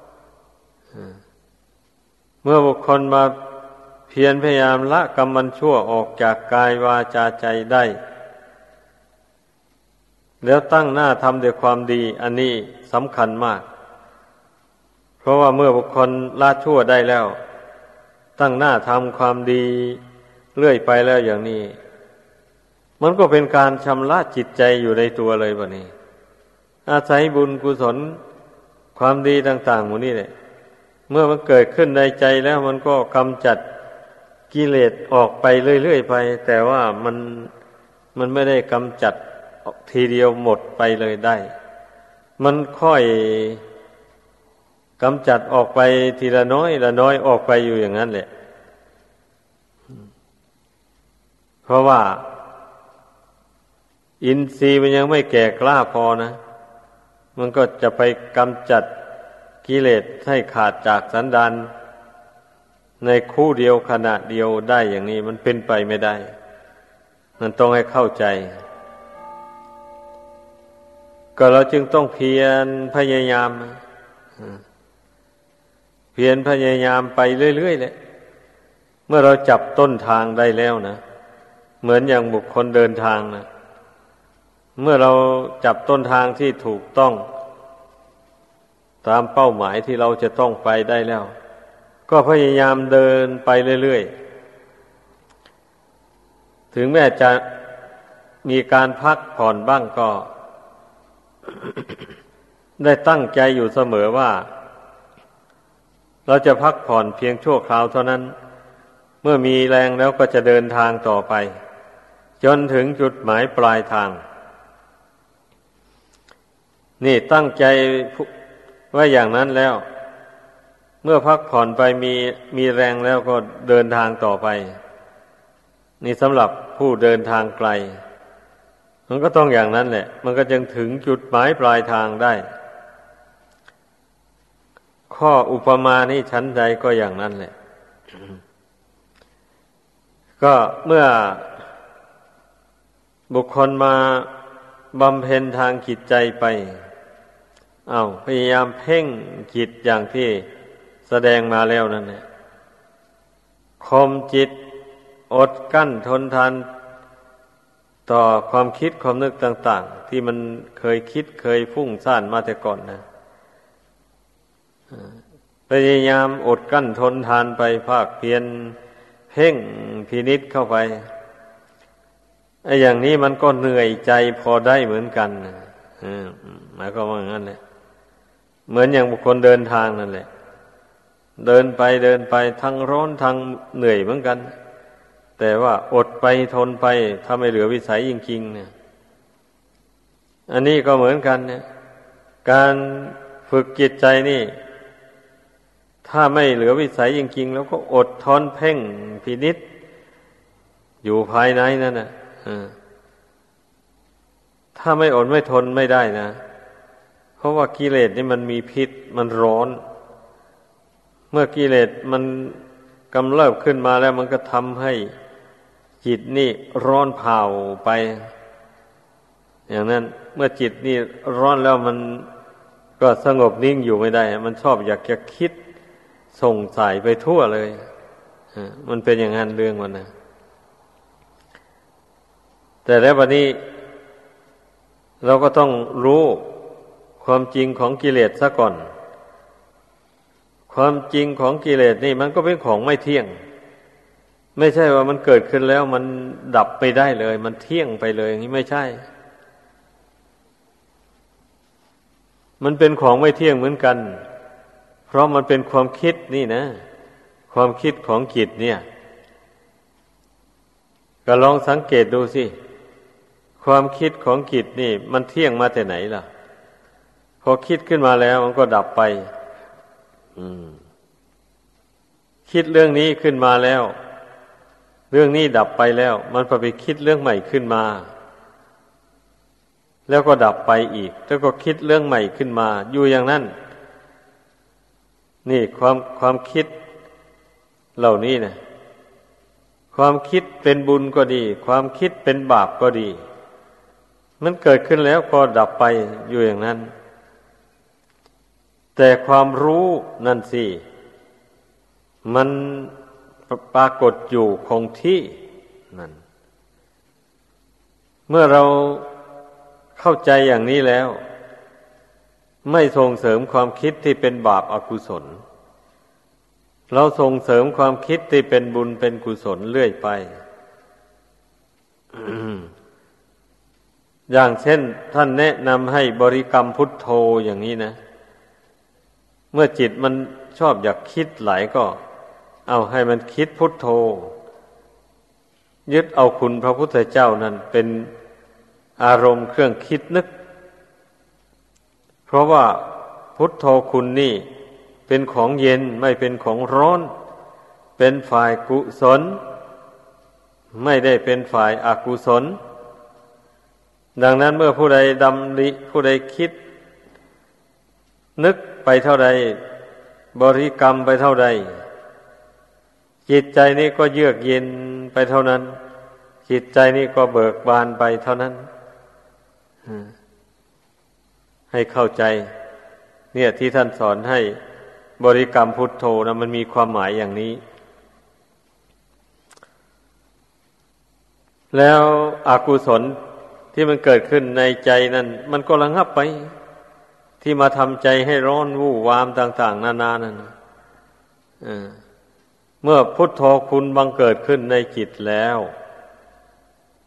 เมื่อบุคคลมาเพียรพยายามละกรรมมันชั่วออกจากกายวาจาใจได้แล้วตั้งหน้าทำด้วยความดีอันนี้สำคัญมากเพราะว่าเมื่อบุคคลละชั่วได้แล้วตั้งหน้าทำความดีเรื่อยไปแล้วอย่างนี้มันก็เป็นการชำระจิตใจอยู่ในตัวเลยบัดนี้อาศัยบุญกุศลความดีต่างๆหมดนี้แหละเมื่อมันเกิดขึ้นในใจแล้วมันก็กำจัดกิเลสออกไปเรื่อยๆไปแต่ว่ามันไม่ได้กำจัดทีเดียวหมดไปเลยได้มันค่อยกำจัดออกไปทีละน้อยละน้อยออกไปอยู่อย่างนั้นแหละเพราะว่าอินทรีย์มันยังไม่แก่กล้าพอนะมันก็จะไปกำจัดกิเลสให้ขาดจากสันดานในคู่เดียวขณะเดียวได้อย่างนี้มันเป็นไปไม่ได้มันต้องให้เข้าใจก็เราจึงต้องเพียรพยายามเพียรพยายามไปเรื่อยๆเลยเมื่อเราจับต้นทางได้แล้วนะเหมือนอย่างบุคคลเดินทางนะเมื่อเราจับต้นทางที่ถูกต้องตามเป้าหมายที่เราจะต้องไปได้แล้วก็พยายามเดินไปเรื่อยๆถึงแม้จะมีการพักผ่อนบ้างก็ได้ตั้งใจอยู่เสมอว่าเราจะพักผ่อนเพียงชั่วคราวเท่านั้นเมื่อมีแรงแล้วก็จะเดินทางต่อไปจนถึงจุดหมายปลายทางนี่ตั้งใจไว้อย่างนั้นแล้วเมื่อพักผ่อนไปมีแรงแล้วก็เดินทางต่อไปนี่สำหรับผู้เดินทางไกลมันก็ต้องอย่างนั้นแหละมันก็จึงถึงจุดหมายปลายทางได้ข้ออุปมานี่ชั้นใดก็อย่างนั้นแหละ ก็เมื่อบุคคลมาบำเพ็ญทางจิตใจไปพยายามเพ่งจิตอย่างที่แสดงมาแล้วนั่นแหละข่มจิตอดกั้นทนทานต่อความคิดความนึกต่างๆที่มันเคยคิดเคยฟุ้งซ่านมาแต่ก่อนนะพยายามอดกั้นทนทานไปภาคเพียรเพ่งพินิจเข้าไปอย่างนี้มันก็เหนื่อยใจพอได้เหมือนกันหมายความว่าอย่างนั้นแหละเหมือนอย่างบุคคลเดินทางนั่นแหละเดินไปทั้งร้อนทั้งเหนื่อยเหมือนกันแต่ว่าอดไปทนไปถ้าไม่เหลือวิสัยจริงๆเนี่ยอันนี้ก็เหมือนกันเนี่ยการฝึกจิตใจนี่ถ้าไม่เหลือวิสัยจริงๆแล้วก็อดทนเพ่งพินิจอยู่ภายในนั่นน่ะถ้าไม่อดไม่ทนไม่ได้นะเพราะว่ากิเลสนี่มันมีพิษมันร้อนเมื่อกิเลสมันกำเริบขึ้นมาแล้วมันก็ทำให้จิตนี่ร้อนเผาไปอย่างนั้นเมื่อจิตนี่ร้อนแล้วมันก็สงบนิ่งอยู่ไม่ได้มันชอบอยากจะคิดส่งสายไปทั่วเลยมันเป็นอย่างนั้นเรื่องมันนะแต่แล้ววันนี้เราก็ต้องรู้ความจริงของกิเลสซะก่อนความจริงของกิเลสนี่มันก็เป็นของไม่เที่ยงไม่ใช่ว่ามันเกิดขึ้นแล้วมันดับไปได้เลยมันเที่ยงไปเลยอย่างนี้ไม่ใช่มันเป็นของไม่เที่ยงเหมือนกันเพราะมันเป็นความคิดนี่นะความคิดของจิตเนี่ยก็ลองสังเกตดูสิความคิดของจิตนี่มันเที่ยงมาแต่ไหนล่ะพอคิดขึ้นมาแล้วมันก็ดับไปคิดเรื่องนี้ขึ้นมาแล้วเรื่องนี้ดับไปแล้วมันไปคิดเรื่องใหม่ขึ้นมาแล้วก็ดับไปอีกแล้วก็คิดเรื่องใหม่ขึ้นมาอยู่อย่างนั้นนี่ความคิดเหล่านี้นะความคิดเป็นบุญก็ดีความคิดเป็นบาปก็ดีมันเกิดขึ้นแล้วก็ดับไปอยู่อย่างนั้นแต่ความรู้นั่นสิมันปรากฏอยู่คงที่นั่นเมื่อเราเข้าใจอย่างนี้แล้วไม่ส่งเสริมความคิดที่เป็นบาปอกุศลเราส่งเสริมความคิดที่เป็นบุญเป็นกุศลเรื่อยไป อย่างเช่นท่านแนะนำให้บริกรรมพุทโธอย่างนี้นะเมื่อจิตมันชอบอยากคิดไหลก็เอาให้มันคิดพุทโธยึดเอาคุณพระพุทธเจ้านั้นเป็นอารมณ์เครื่องคิดนึกเพราะว่าพุทโธคุณนี่เป็นของเย็นไม่เป็นของร้อนเป็นฝ่ายกุศลไม่ได้เป็นฝ่ายอกุศลดังนั้นเมื่อผู้ใดดำริผู้ใดคิดนึกไปเท่าใดบริกรรมไปเท่าใดจิตใจนี้ก็เยือกเย็นไปเท่านั้นจิตใจนี้ก็เบิกบานไปเท่านั้นให้เข้าใจเนี่ยที่ท่านสอนให้บริกรรมพุทโธนะมันมีความหมายอย่างนี้แล้วอกุศลที่มันเกิดขึ้นในใจนั้นมันก็ระงับไปที่มาทำใจให้ร้อนวู่วามต่างๆนานานั่นเมื่อพุทโธคุณบังเกิดขึ้นในจิตแล้ว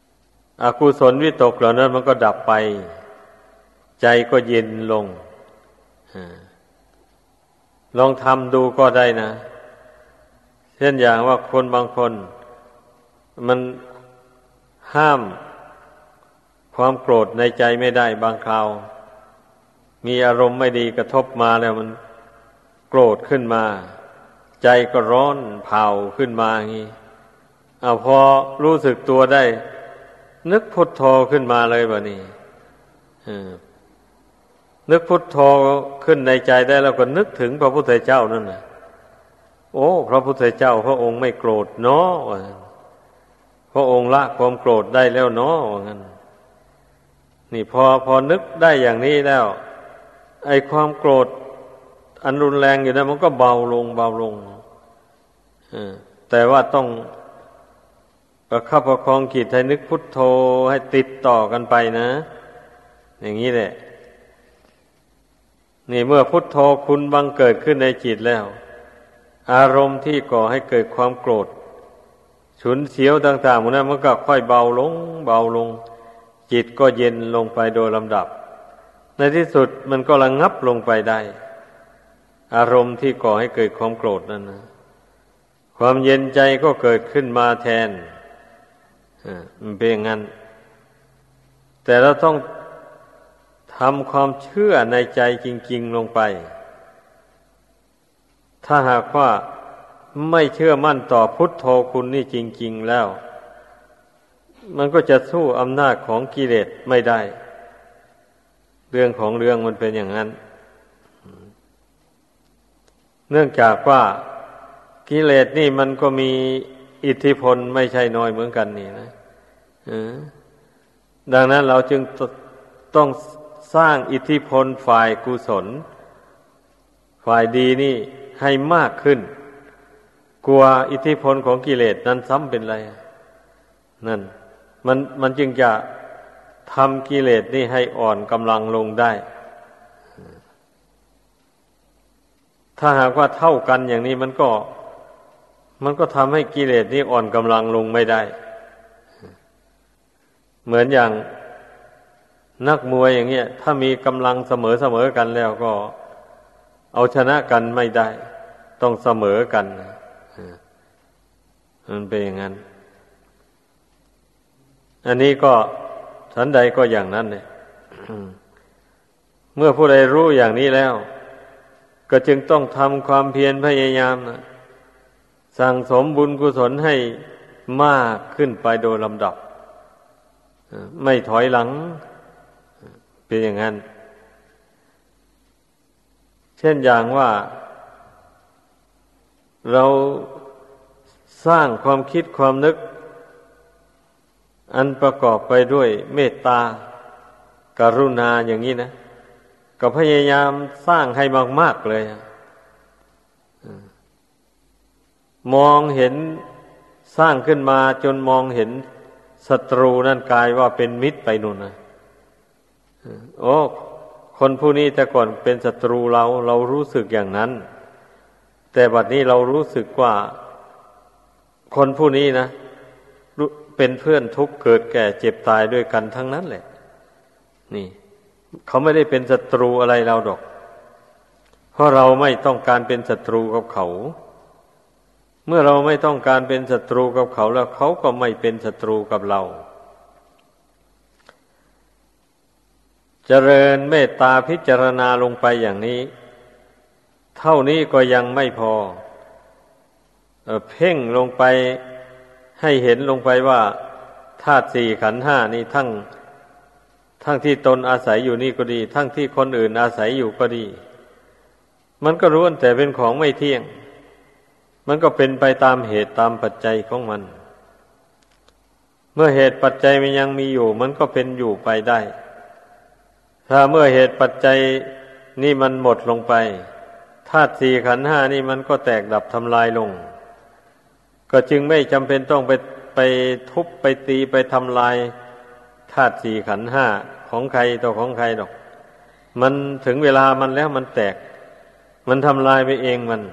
อกุศลวิตกเหล่านั้นมันก็ดับไปใจก็เย็นลงลองทำดูก็ได้นะเช่นอย่างว่าคนบางคนมันห้ามความโกรธในใจไม่ได้บางคราวมีอารมณ์ไม่ดีกระทบมาแล้วมันโกรธขึ้นมาใจก็ร้อนเผาขึ้นมาอย่างนี้พอรู้สึกตัวได้นึกพุทโธขึ้นมาเลยแบบนี้นึกพุทโธขึ้นในใจได้แล้วก็นึกถึงพระพุทธเจ้านั่นน่ะโอ้พระพุทธเจ้าพระองค์ไม่โกรธเนาะพระองค์ละความโกรธได้แล้วเนาะว่างั้นนี่พอนึกได้อย่างนี้แล้วไอ้ความโกรธอันรุนแรงอยู่นั้นมันก็เบาลงแต่ว่าต้องประคับประคองจิตให้นึกพุทโธให้ติดต่อกันไปนะอย่างนี้แหละนี่เมื่อพุทโธคุณบังเกิดขึ้นในจิตแล้วอารมณ์ที่ก่อให้เกิดความโกรธฉุนเฉียวต่างๆมันก็ค่อยเบาลงจิตก็เย็นลงไปโดยลำดับในที่สุดมันก็ระงับลงไปได้อารมณ์ที่ก่อให้เกิดความโกรธนั่นนะความเย็นใจก็เกิดขึ้นมาแทนมันเป็นอย่างนั้นแต่เราต้องทำความเชื่อในใจจริงๆลงไปถ้าหากว่าไม่เชื่อมั่นต่อพุทโธคุณนี่จริงๆแล้วมันก็จะสู้อำนาจของกิเลสไม่ได้เรื่องของเรื่องมันเป็นอย่างนั้นเนื่องจากว่ากิเลสนี่มันก็มีอิทธิพลไม่ใช่น้อยเหมือนกันนี่นะดังนั้นเราจึงต้องสร้างอิทธิพลฝ่ายกุศลฝ่ายดีนี่ให้มากขึ้นกลัวอิทธิพลของกิเลสนั้นซ้ำเป็นไรนั่นมันจึงจะทำกิเลสนี่ให้อ่อนกำลังลงได้ถ้าหากว่าเท่ากันอย่างนี้มันก็ทำให้กิเลสนี่อ่อนกำลังลงไม่ได้เหมือนอย่างนักมวยอย่างเงี้ยถ้ามีกำลังเสมอกันแล้วก็เอาชนะกันไม่ได้ต้องเสมอกันมันเป็นอย่างนั้นอันนี้ก็ฉันใดก็อย่างนั้นเนี่ยเมื่อผู้ใดรู้อย่างนี้แล้วก็จึงต้องทำความเพียรพยายามสั่งสมบุญกุศลให้มากขึ้นไปโดยลำดับไม่ถอยหลังเป็นอย่างนั้นเช่นอย่างว่าเราสร้างความคิดความนึกอันประกอบไปด้วยเมตตากรุณาอย่างนี้นะก็พยายามสร้างให้มากๆเลยมองเห็นสร้างขึ้นมาจนมองเห็นศัตรูนั่นกลายว่าเป็นมิตรไปนู่นนะโอ้คนผู้นี้แต่ก่อนเป็นศัตรูเรารู้สึกอย่างนั้นแต่บัดนี้เรารู้สึกว่าคนผู้นี้นะเป็นเพื่อนทุกข์เกิดแก่เจ็บตายด้วยกันทั้งนั้นแหละนี่เขาไม่ได้เป็นศัตรูอะไรเราดอกเพราะเราไม่ต้องการเป็นศัตรูกับเขาเมื่อเราไม่ต้องการเป็นศัตรูกับเขาแล้วเขาก็ไม่เป็นศัตรูกับเราเจริญเมตตาพิจารณาลงไปอย่างนี้เท่านี้ก็ยังไม่พอเพ่งลงไปให้เห็นลงไปว่าธาตุสี่ขันธ์ห้านี่ทั้งที่ตนอาศัยอยู่นี่ก็ดีทั้งที่คนอื่นอาศัยอยู่ก็ดีมันก็ล้วนแต่เป็นของไม่เที่ยงมันก็เป็นไปตามเหตุตามปัจจัยของมันเมื่อเหตุปัจจัยมันยังมีอยู่มันก็เป็นอยู่ไปได้ถ้าเมื่อเหตุปัจจัยนี่มันหมดลงไปธาตุสี่ขันธ์ห้านี่มันก็แตกดับทำลายลงก็จึงไม่จำเป็นต้องไปทุบไปตีไปทำลายธาตุสี่ขันธ์ห้าของใครต่อของใครหรอกมันถึงเวลามันแล้วมันแตกมันทำลายไปเองมัน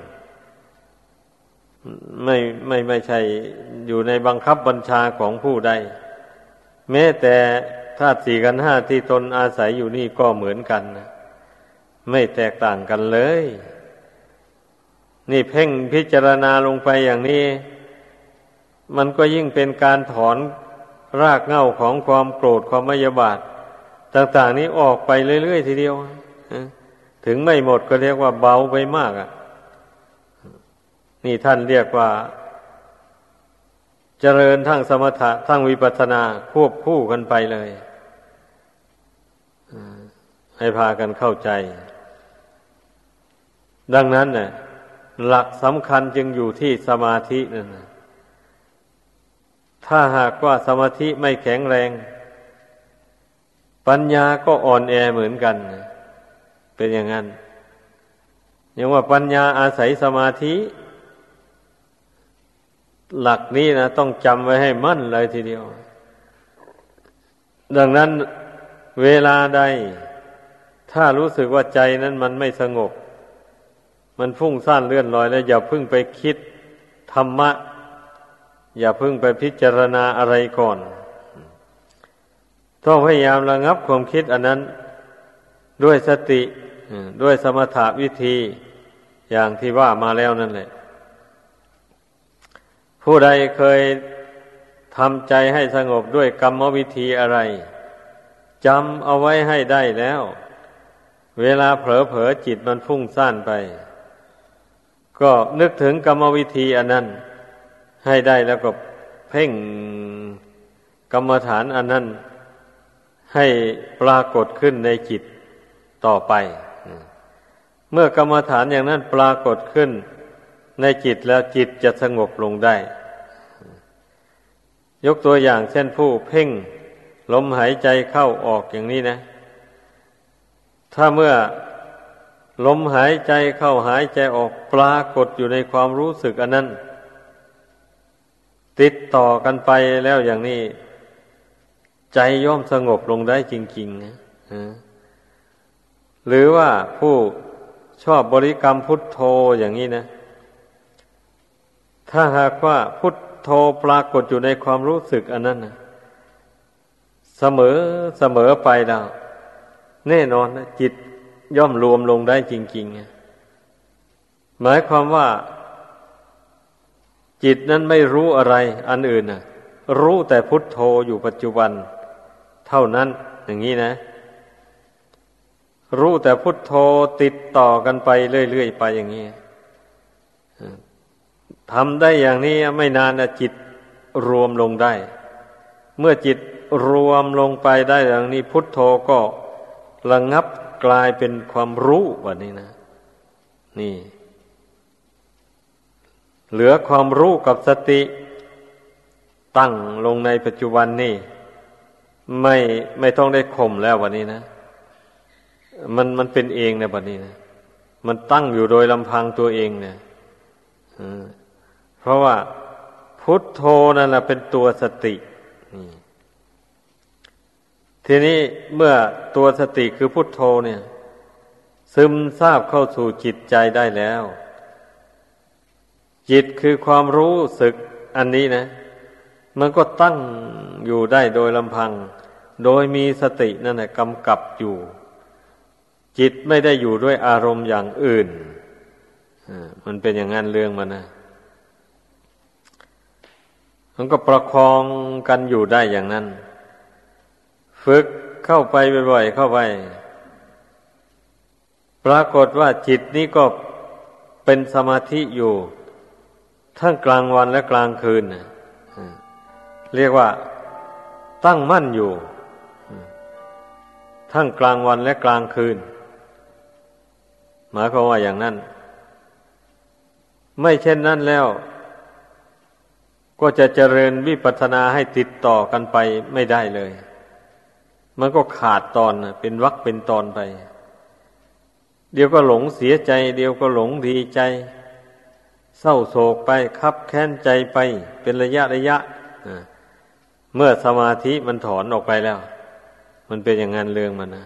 ไม่ใช่อยู่ในบังคับบัญชาของผู้ใดแม้แต่ธาตุสี่ขันธ์ห้าที่ตนอาศัยอยู่นี่ก็เหมือนกันนะไม่แตกต่างกันเลยนี่เพ่งพิจารณาลงไปอย่างนี้มันก็ยิ่งเป็นการถอนรากเหง้าของความโกรธความพยาบาทต่างๆนี้ออกไปเรื่อยๆทีเดียวถึงไม่หมดก็เรียกว่าเบาไปมากนี่ท่านเรียกว่าเจริญทั้งสมถะทั้งวิปัสสนาควบคู่กันไปเลยให้พากันเข้าใจดังนั้นน่ะหลักสำคัญจึงอยู่ที่สมาธินั่นนะถ้าหากว่าสมาธิไม่แข็งแรงปัญญาก็อ่อนแอเหมือนกันเป็นอย่างนั้นอย่างว่าปัญญาอาศัยสมาธิหลักนี้นะต้องจำไว้ให้มั่นเลยทีเดียวดังนั้นเวลาใดถ้ารู้สึกว่าใจนั้นมันไม่สงบมันฟุ้งซ่านเลื่อนลอยแล้วอย่าเพิ่งไปคิดธรรมะอย่าเพิ่งไปพิจารณาอะไรก่อนต้องพยายามระงับความคิดอันนั้นด้วยสติด้วยสมถะวิธีอย่างที่ว่ามาแล้วนั่นแหละผู้ใดเคยทำใจให้สงบด้วยกรรมวิธีอะไรจำเอาไว้ให้ได้แล้วเวลาเผลอๆจิตมันฟุ้งซ่านไปก็นึกถึงกรรมวิธีอันนั้นให้ได้แล้วก็เพ่งกรรมฐานอันนั้นให้ปรากฏขึ้นในจิตต่อไปเมื่อกรรมฐานอย่างนั้นปรากฏขึ้นในจิตแล้วจิตจะสงบลงได้ยกตัวอย่างเช่นผู้เพ่งลมหายใจเข้าออกอย่างนี้นะถ้าเมื่อลมหายใจเข้าหายใจออกปรากฏอยู่ในความรู้สึกอันนั้นติดต่อกันไปแล้วอย่างนี้ใจย่อมสงบลงได้จริงๆนะหรือว่าผู้ชอบบริกรรมพุทโธอย่างนี้นะถ้าหากว่าพุทโธปรากฏอยู่ในความรู้สึกอันนั้นนะเสมอไปแล้วแน่นอนนะจิตย่อมรวมลงได้จริงๆหมายความว่าจิตนั้นไม่รู้อะไรอันอื่นนะรู้แต่พุทโธอยู่ปัจจุบันเท่านั้นอย่างนี้นะรู้แต่พุทโธติดต่อกันไปเรื่อยๆไปอย่างนี้ทำได้อย่างนี้ไม่นานนะจิตรวมลงได้เมื่อจิตรวมลงไปได้อย่างนี้พุทโธก็ระงับกลายเป็นความรู้แบบนี้นะนี่เหลือความรู้กับสติตั้งลงในปัจจุบันนี่ไม่ต้องได้ข่มแล้ววันนี้นะมันเป็นเองนะบัดนี้นะมันตั้งอยู่โดยลำพังตัวเองเนี่ยเพราะว่าพุทโธนั่นแหละเป็นตัวสติทีนี้เมื่อตัวสติคือพุทโธเนี่ยซึมซาบเข้าสู่จิตใจได้แล้วจิตคือความรู้สึกอันนี้นะมันก็ตั้งอยู่ได้โดยลำพังโดยมีสตินั่นแหละกำกับอยู่จิตไม่ได้อยู่ด้วยอารมณ์อย่างอื่นมันเป็นอย่างนั้นเรื่องมันนะมันก็ประคองกันอยู่ได้อย่างนั้นฝึกเข้าไปบ่อยๆเข้าไปปรากฏว่าจิตนี้ก็เป็นสมาธิอยู่ทั้งกลางวันและกลางคืนเรียกว่าตั้งมั่นอยู่ทั้งกลางวันและกลางคืนหมายความว่าอย่างนั้นไม่เช่นนั้นแล้วก็จะเจริญวิปัสสนาให้ติดต่อกันไปไม่ได้เลยมันก็ขาดตอนเป็นวรรคเป็นตอนไปเดี๋ยวก็หลงเสียใจเดี๋ยวก็หลงดีใจเศร้าโศกไปคับแค้นใจไปเป็นระยะเมื่อสมาธิมันถอนออกไปแล้วมันเป็นอย่างนั้นเรื่องมันนะ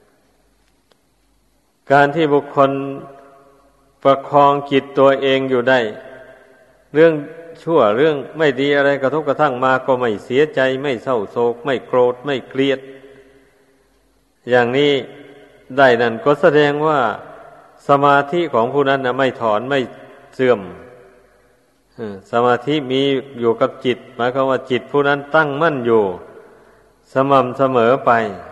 การที่บุคคลประคองจิตตัวเองอยู่ได้เรื่องชั่วเรื่องไม่ดีอะไรกระทบกระทั่งมาก็ไม่เสียใจไม่เศร้าโศกไม่โกรธไม่เกลียดอย่างนี้ได้นั่นก็แสดงว่าสมาธิของผู้นั้นนะไม่ถอนไม่เสื่อมสมาธิมีอยู่กับจิตหมายความว่าจิตผู้นั้นตั้งมั่นอยู่สม่ำเสมอไป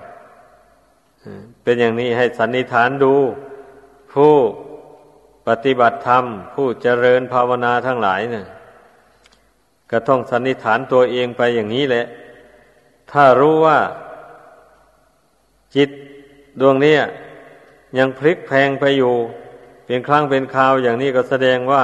เป็นอย่างนี้ให้สันนิษฐานดูผู้ปฏิบัติธรรมผู้เจริญภาวนาทั้งหลายเนี่ยก็ต้องสันนิษฐานตัวเองไปอย่างนี้แหละถ้ารู้ว่าจิตดวงนี้ยังพลิกแพลงไปอยู่เป็นครั้งเป็นคราวอย่างนี้ก็แสดงว่า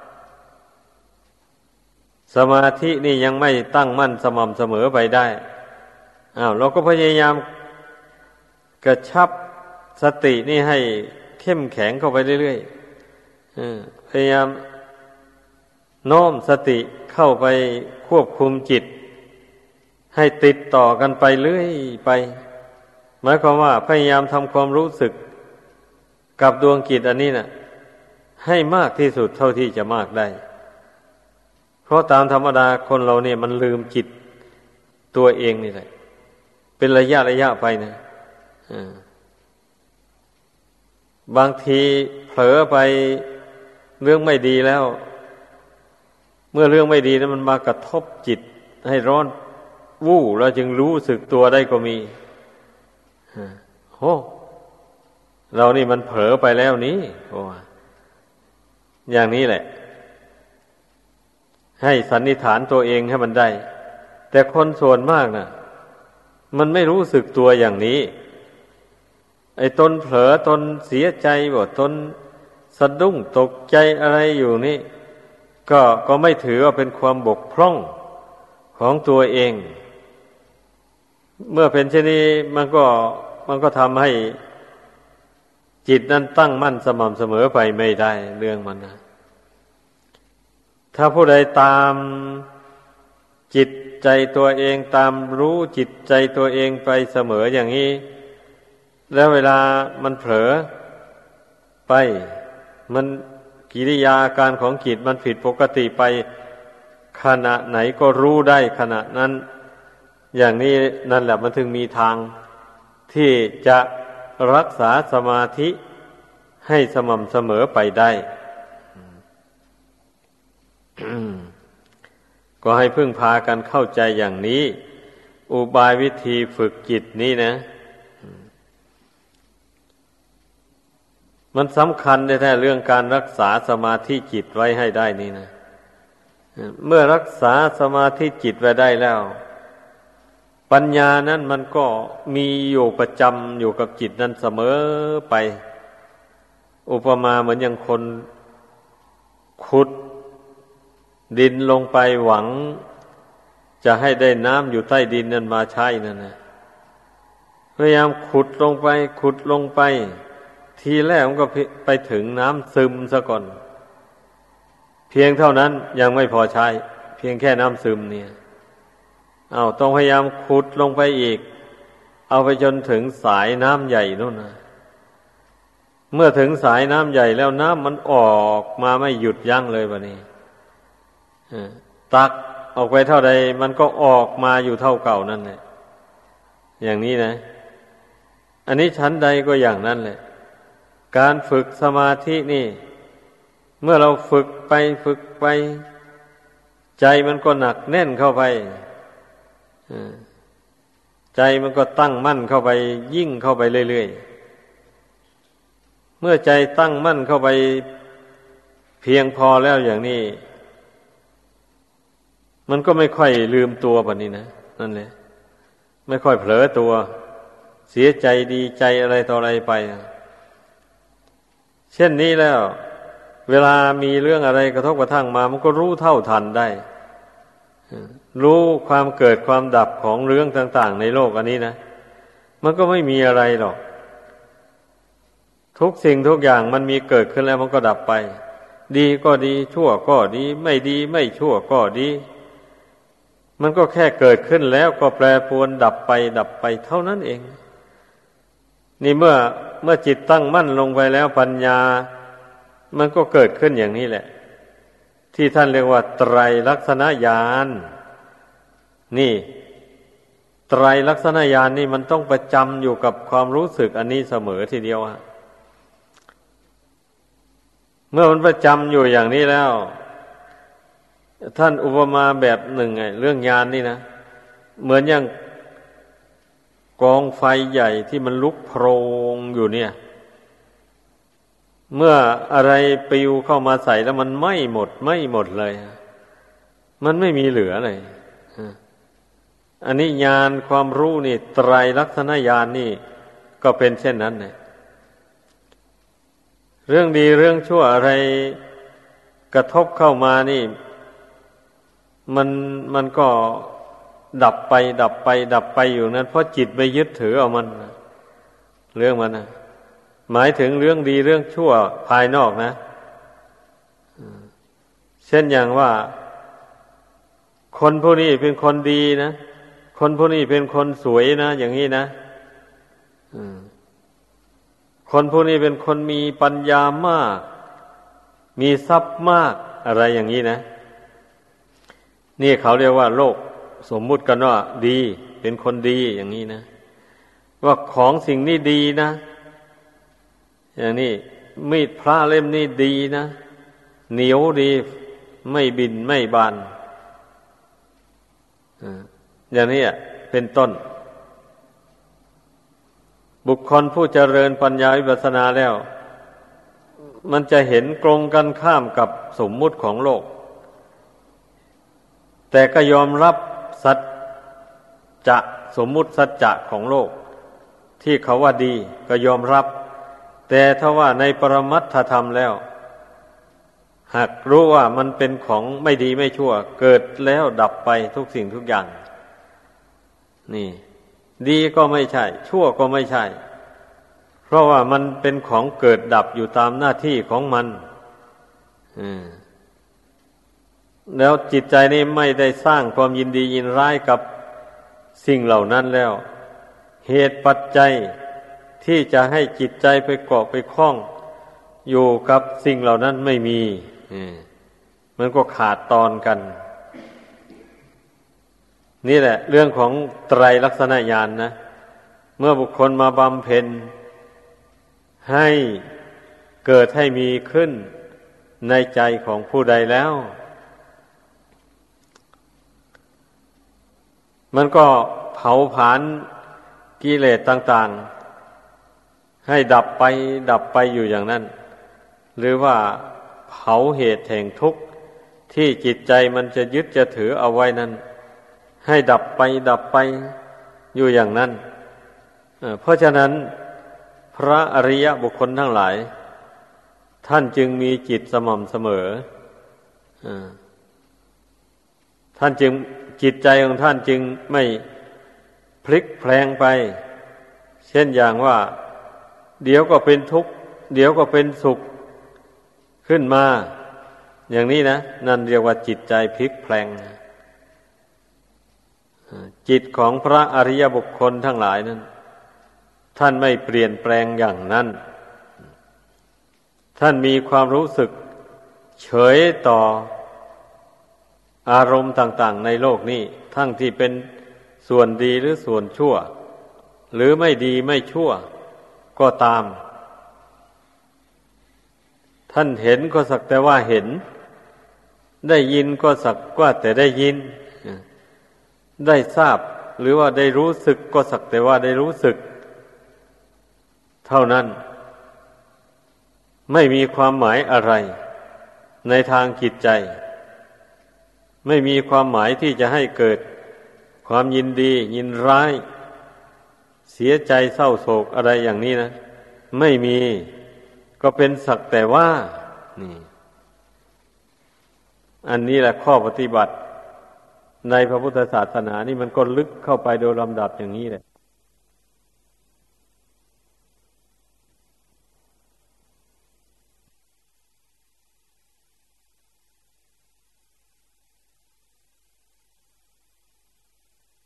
สมาธินี่ยังไม่ตั้งมั่นสม่ำเสมอไปได้เราก็พยายามกระชับสตินี่ให้เข้มแข็งเข้าไปเรื่อยๆพยายามโน้มสติเข้าไปควบคุมจิตให้ติดต่อกันไปเรื่อยไปหมายความว่าพยายามทำความรู้สึกกับดวงจิตอันนี้น่ะให้มากที่สุดเท่าที่จะมากได้เพราะตามธรรมดาคนเราเนี่ยมันลืมจิตตัวเองนี่แหละเป็นระยะไปนะบางทีเผลอไปเรื่องไม่ดีแล้วเมื่อเรื่องไม่ดีนั้นมันมากระทบจิตให้ร้อนวู่เราจึงรู้สึกตัวได้ก็มีเรานี่มันเผลอไปแล้วนี้อย่างนี้แหละให้สันนิษฐานตัวเองให้มันได้แต่คนส่วนมากน่ะมันไม่รู้สึกตัวอย่างนี้ไอ้ตนเผลอตนเสียใจบ่ตนสะดุ้งตกใจอะไรอยู่นี่ก็ไม่ถือว่าเป็นความบกพร่องของตัวเองเมื่อเป็นเช่นนี้มันก็ทำให้จิตนั้นตั้งมั่นสม่ำเสมอไปไม่ได้เรื่องมันนะถ้าผู้ใดตามจิตใจตัวเองตามรู้จิตใจตัวเองไปเสมออย่างนี้แล้วเวลามันเผลอไปมันกิริยาอาการของจิตมันผิดปกติไปขณะไหนก็รู้ได้ขณะนั้นอย่างนี้นั่นแหละมันถึงมีทางที่จะรักษาสมาธิให้สม่ำเสมอไปได้ ก็ให้พึ่งพากันเข้าใจอย่างนี้อุบายวิธีฝึกจิตนี้นะมันสำคัญแท้ๆเรื่องการรักษาสมาธิจิตไว้ให้ได้นี่นะเมื่อรักษาสมาธิจิตไว้ได้แล้วปัญญานั้นมันก็มีอยู่ประจำอยู่กับจิตนั้นเสมอไปอุปมาเหมือนอย่างคนขุดดินลงไปหวังจะให้ได้น้ำอยู่ใต้ดินนั้นมาใช้นั่นนะพยายามขุดลงไปทีแรกมันก็ไปถึงน้ำซึมซะก่อนเพียงเท่านั้นยังไม่พอใช้เพียงแค่น้ำซึมเนี่ยต้องพยายามขุดลงไปอีกเอาไปจนถึงสายน้ำใหญ่นู่นนะเมื่อถึงสายน้ำใหญ่แล้วน้ำมันออกมาไม่หยุดยั้งเลยบัดนี้ตักออกไปเท่าใดมันก็ออกมาอยู่เท่าเก่านั่นแหละอย่างนี้นะอันนี้ชั้นใดก็อย่างนั้นแหละการฝึกสมาธินี่เมื่อเราฝึกไปใจมันก็หนักแน่นเข้าไปใจมันก็ตั้งมั่นเข้าไปยิ่งเข้าไปเรื่อยๆเมื่อใจตั้งมั่นเข้าไปเพียงพอแล้วอย่างนี้มันก็ไม่ค่อยลืมตัวแบบนี้นะนั่นแหละไม่ค่อยเผลอตัวเสียใจดีใจอะไรต่ออะไรไปเช่นนี้แล้วเวลามีเรื่องอะไรกระทบกระทั่งมามันก็รู้เท่าทันได้รู้ความเกิดความดับของเรื่องต่างๆในโลกอันนี้นะมันก็ไม่มีอะไรหรอกทุกสิ่งทุกอย่างมันมีเกิดขึ้นแล้วมันก็ดับไปดีก็ดีชั่วก็ดีไม่ดีไม่ชั่วก็ดีมันก็แค่เกิดขึ้นแล้วก็แปรปรวนดับไปเท่านั้นเองนี่เมื่อจิตตั้งมั่นลงไปแล้วปัญญามันก็เกิดขึ้นอย่างนี้แหละที่ท่านเรียกว่าไตรลักษณญาณนี่ไตรลักษณญาณนี่มันต้องประจำอยู่กับความรู้สึกอันนี้เสมอทีเดียวอะเมื่อมันประจำอยู่อย่างนี้แล้วท่านอุปมาแบบหนึ่งไงเรื่องญาณนี่นะเหมือนอย่างกองไฟใหญ่ที่มันลุกโพลงอยู่เนี่ยเมื่ออะไรปลิวเข้ามาใส่แล้วมันไหม้หมดเลยมันไม่มีเหลือเลยอันนี้ญาณความรู้นี่ไตรลักษณญาณนี่ก็เป็นเช่นนั้นเลยเรื่องดีเรื่องชั่วอะไรกระทบเข้ามานี่มันก็ดับไปอยู่นั้นเพราะจิตไปยึดถือเอามันเรื่องมันนะหมายถึงเรื่องดีเรื่องชั่วภายนอกนะเช่นอย่างว่าคนผู้นี้เป็นคนดีนะคนผู้นี้เป็นคนสวยนะอย่างนี้นะคนผู้นี้เป็นคนมีปัญญามากมีทรัพย์มากอะไรอย่างนี้นะนี่เขาเรียกว่าโลกสมมุติกันว่าดีเป็นคนดีอย่างนี้นะว่าของสิ่งนี้ดีนะอย่างนี้มีดพระเล่มนี้ดีนะเหนียวดีไม่บินไม่บานอย่างนี้เป็นต้นบุคคลผู้เจริญปัญญาวิปัสสนาแล้วมันจะเห็นตรงกันข้ามกับสมมุติของโลกแต่ก็ยอมรับสัจจะสมมุติสัจจะของโลกที่เขาว่าดีก็ยอมรับแต่ถ้าว่าในปรมัตถธรรมแล้วหากรู้ว่ามันเป็นของไม่ดีไม่ชั่วเกิดแล้วดับไปทุกสิ่งทุกอย่างนี่ดีก็ไม่ใช่ชั่วก็ไม่ใช่เพราะว่ามันเป็นของเกิดดับอยู่ตามหน้าที่ของมันแล้วจิตใจนี้ไม่ได้สร้างความยินดียินร้ายกับสิ่งเหล่านั้นแล้วเหตุปัจจัยที่จะให้จิตใจไปเกาะไปคล้องอยู่กับสิ่งเหล่านั้นไม่มีมันก็ขาดตอนกันนี่แหละเรื่องของไตรลักษณญาณนะเมื่อบุคคลมาบำเพ็ญให้เกิดให้มีขึ้นในใจของผู้ใดแล้วมันก็เผาผลาญกิเลสต่างๆให้ดับไปอยู่อย่างนั้นหรือว่าเผาเหตุแห่งทุกข์ที่จิตใจมันจะยึดจะถือเอาไว้นั้นให้ดับไปอยู่อย่างนั้นเพราะฉะนั้นพระอริยบุคคลทั้งหลายท่านจึงมีจิตสม่ำเสมอท่านจึงจิตใจของท่านจึงไม่พลิกแพลงไปเช่นอย่างว่าเดี๋ยวก็เป็นทุกข์เดี๋ยวก็เป็นสุขขึ้นมาอย่างนี้นะนั่นเรียกว่าจิตใจพลิกแพลงจิตของพระอริยบุคคลทั้งหลายนั้นท่านไม่เปลี่ยนแปลงอย่างนั้นท่านมีความรู้สึกเฉยต่ออารมณ์ต่างๆในโลกนี้ทั้งที่เป็นส่วนดีหรือส่วนชั่วหรือไม่ดีไม่ชั่วก็ตามท่านเห็นก็สักแต่ว่าเห็นได้ยินก็สักว่าแต่ได้ยินได้ทราบหรือว่าได้รู้สึกก็สักแต่ว่าได้รู้สึกเท่านั้นไม่มีความหมายอะไรในทางจิตใจไม่มีความหมายที่จะให้เกิดความยินดียินร้ายเสียใจเศร้าโศกอะไรอย่างนี้นะไม่มีก็เป็นสักแต่ว่านี่อันนี้แหละข้อปฏิบัติในพระพุทธศาสนานี่มันก็ลึกเข้าไปโดยลำดับอย่างนี้แหละ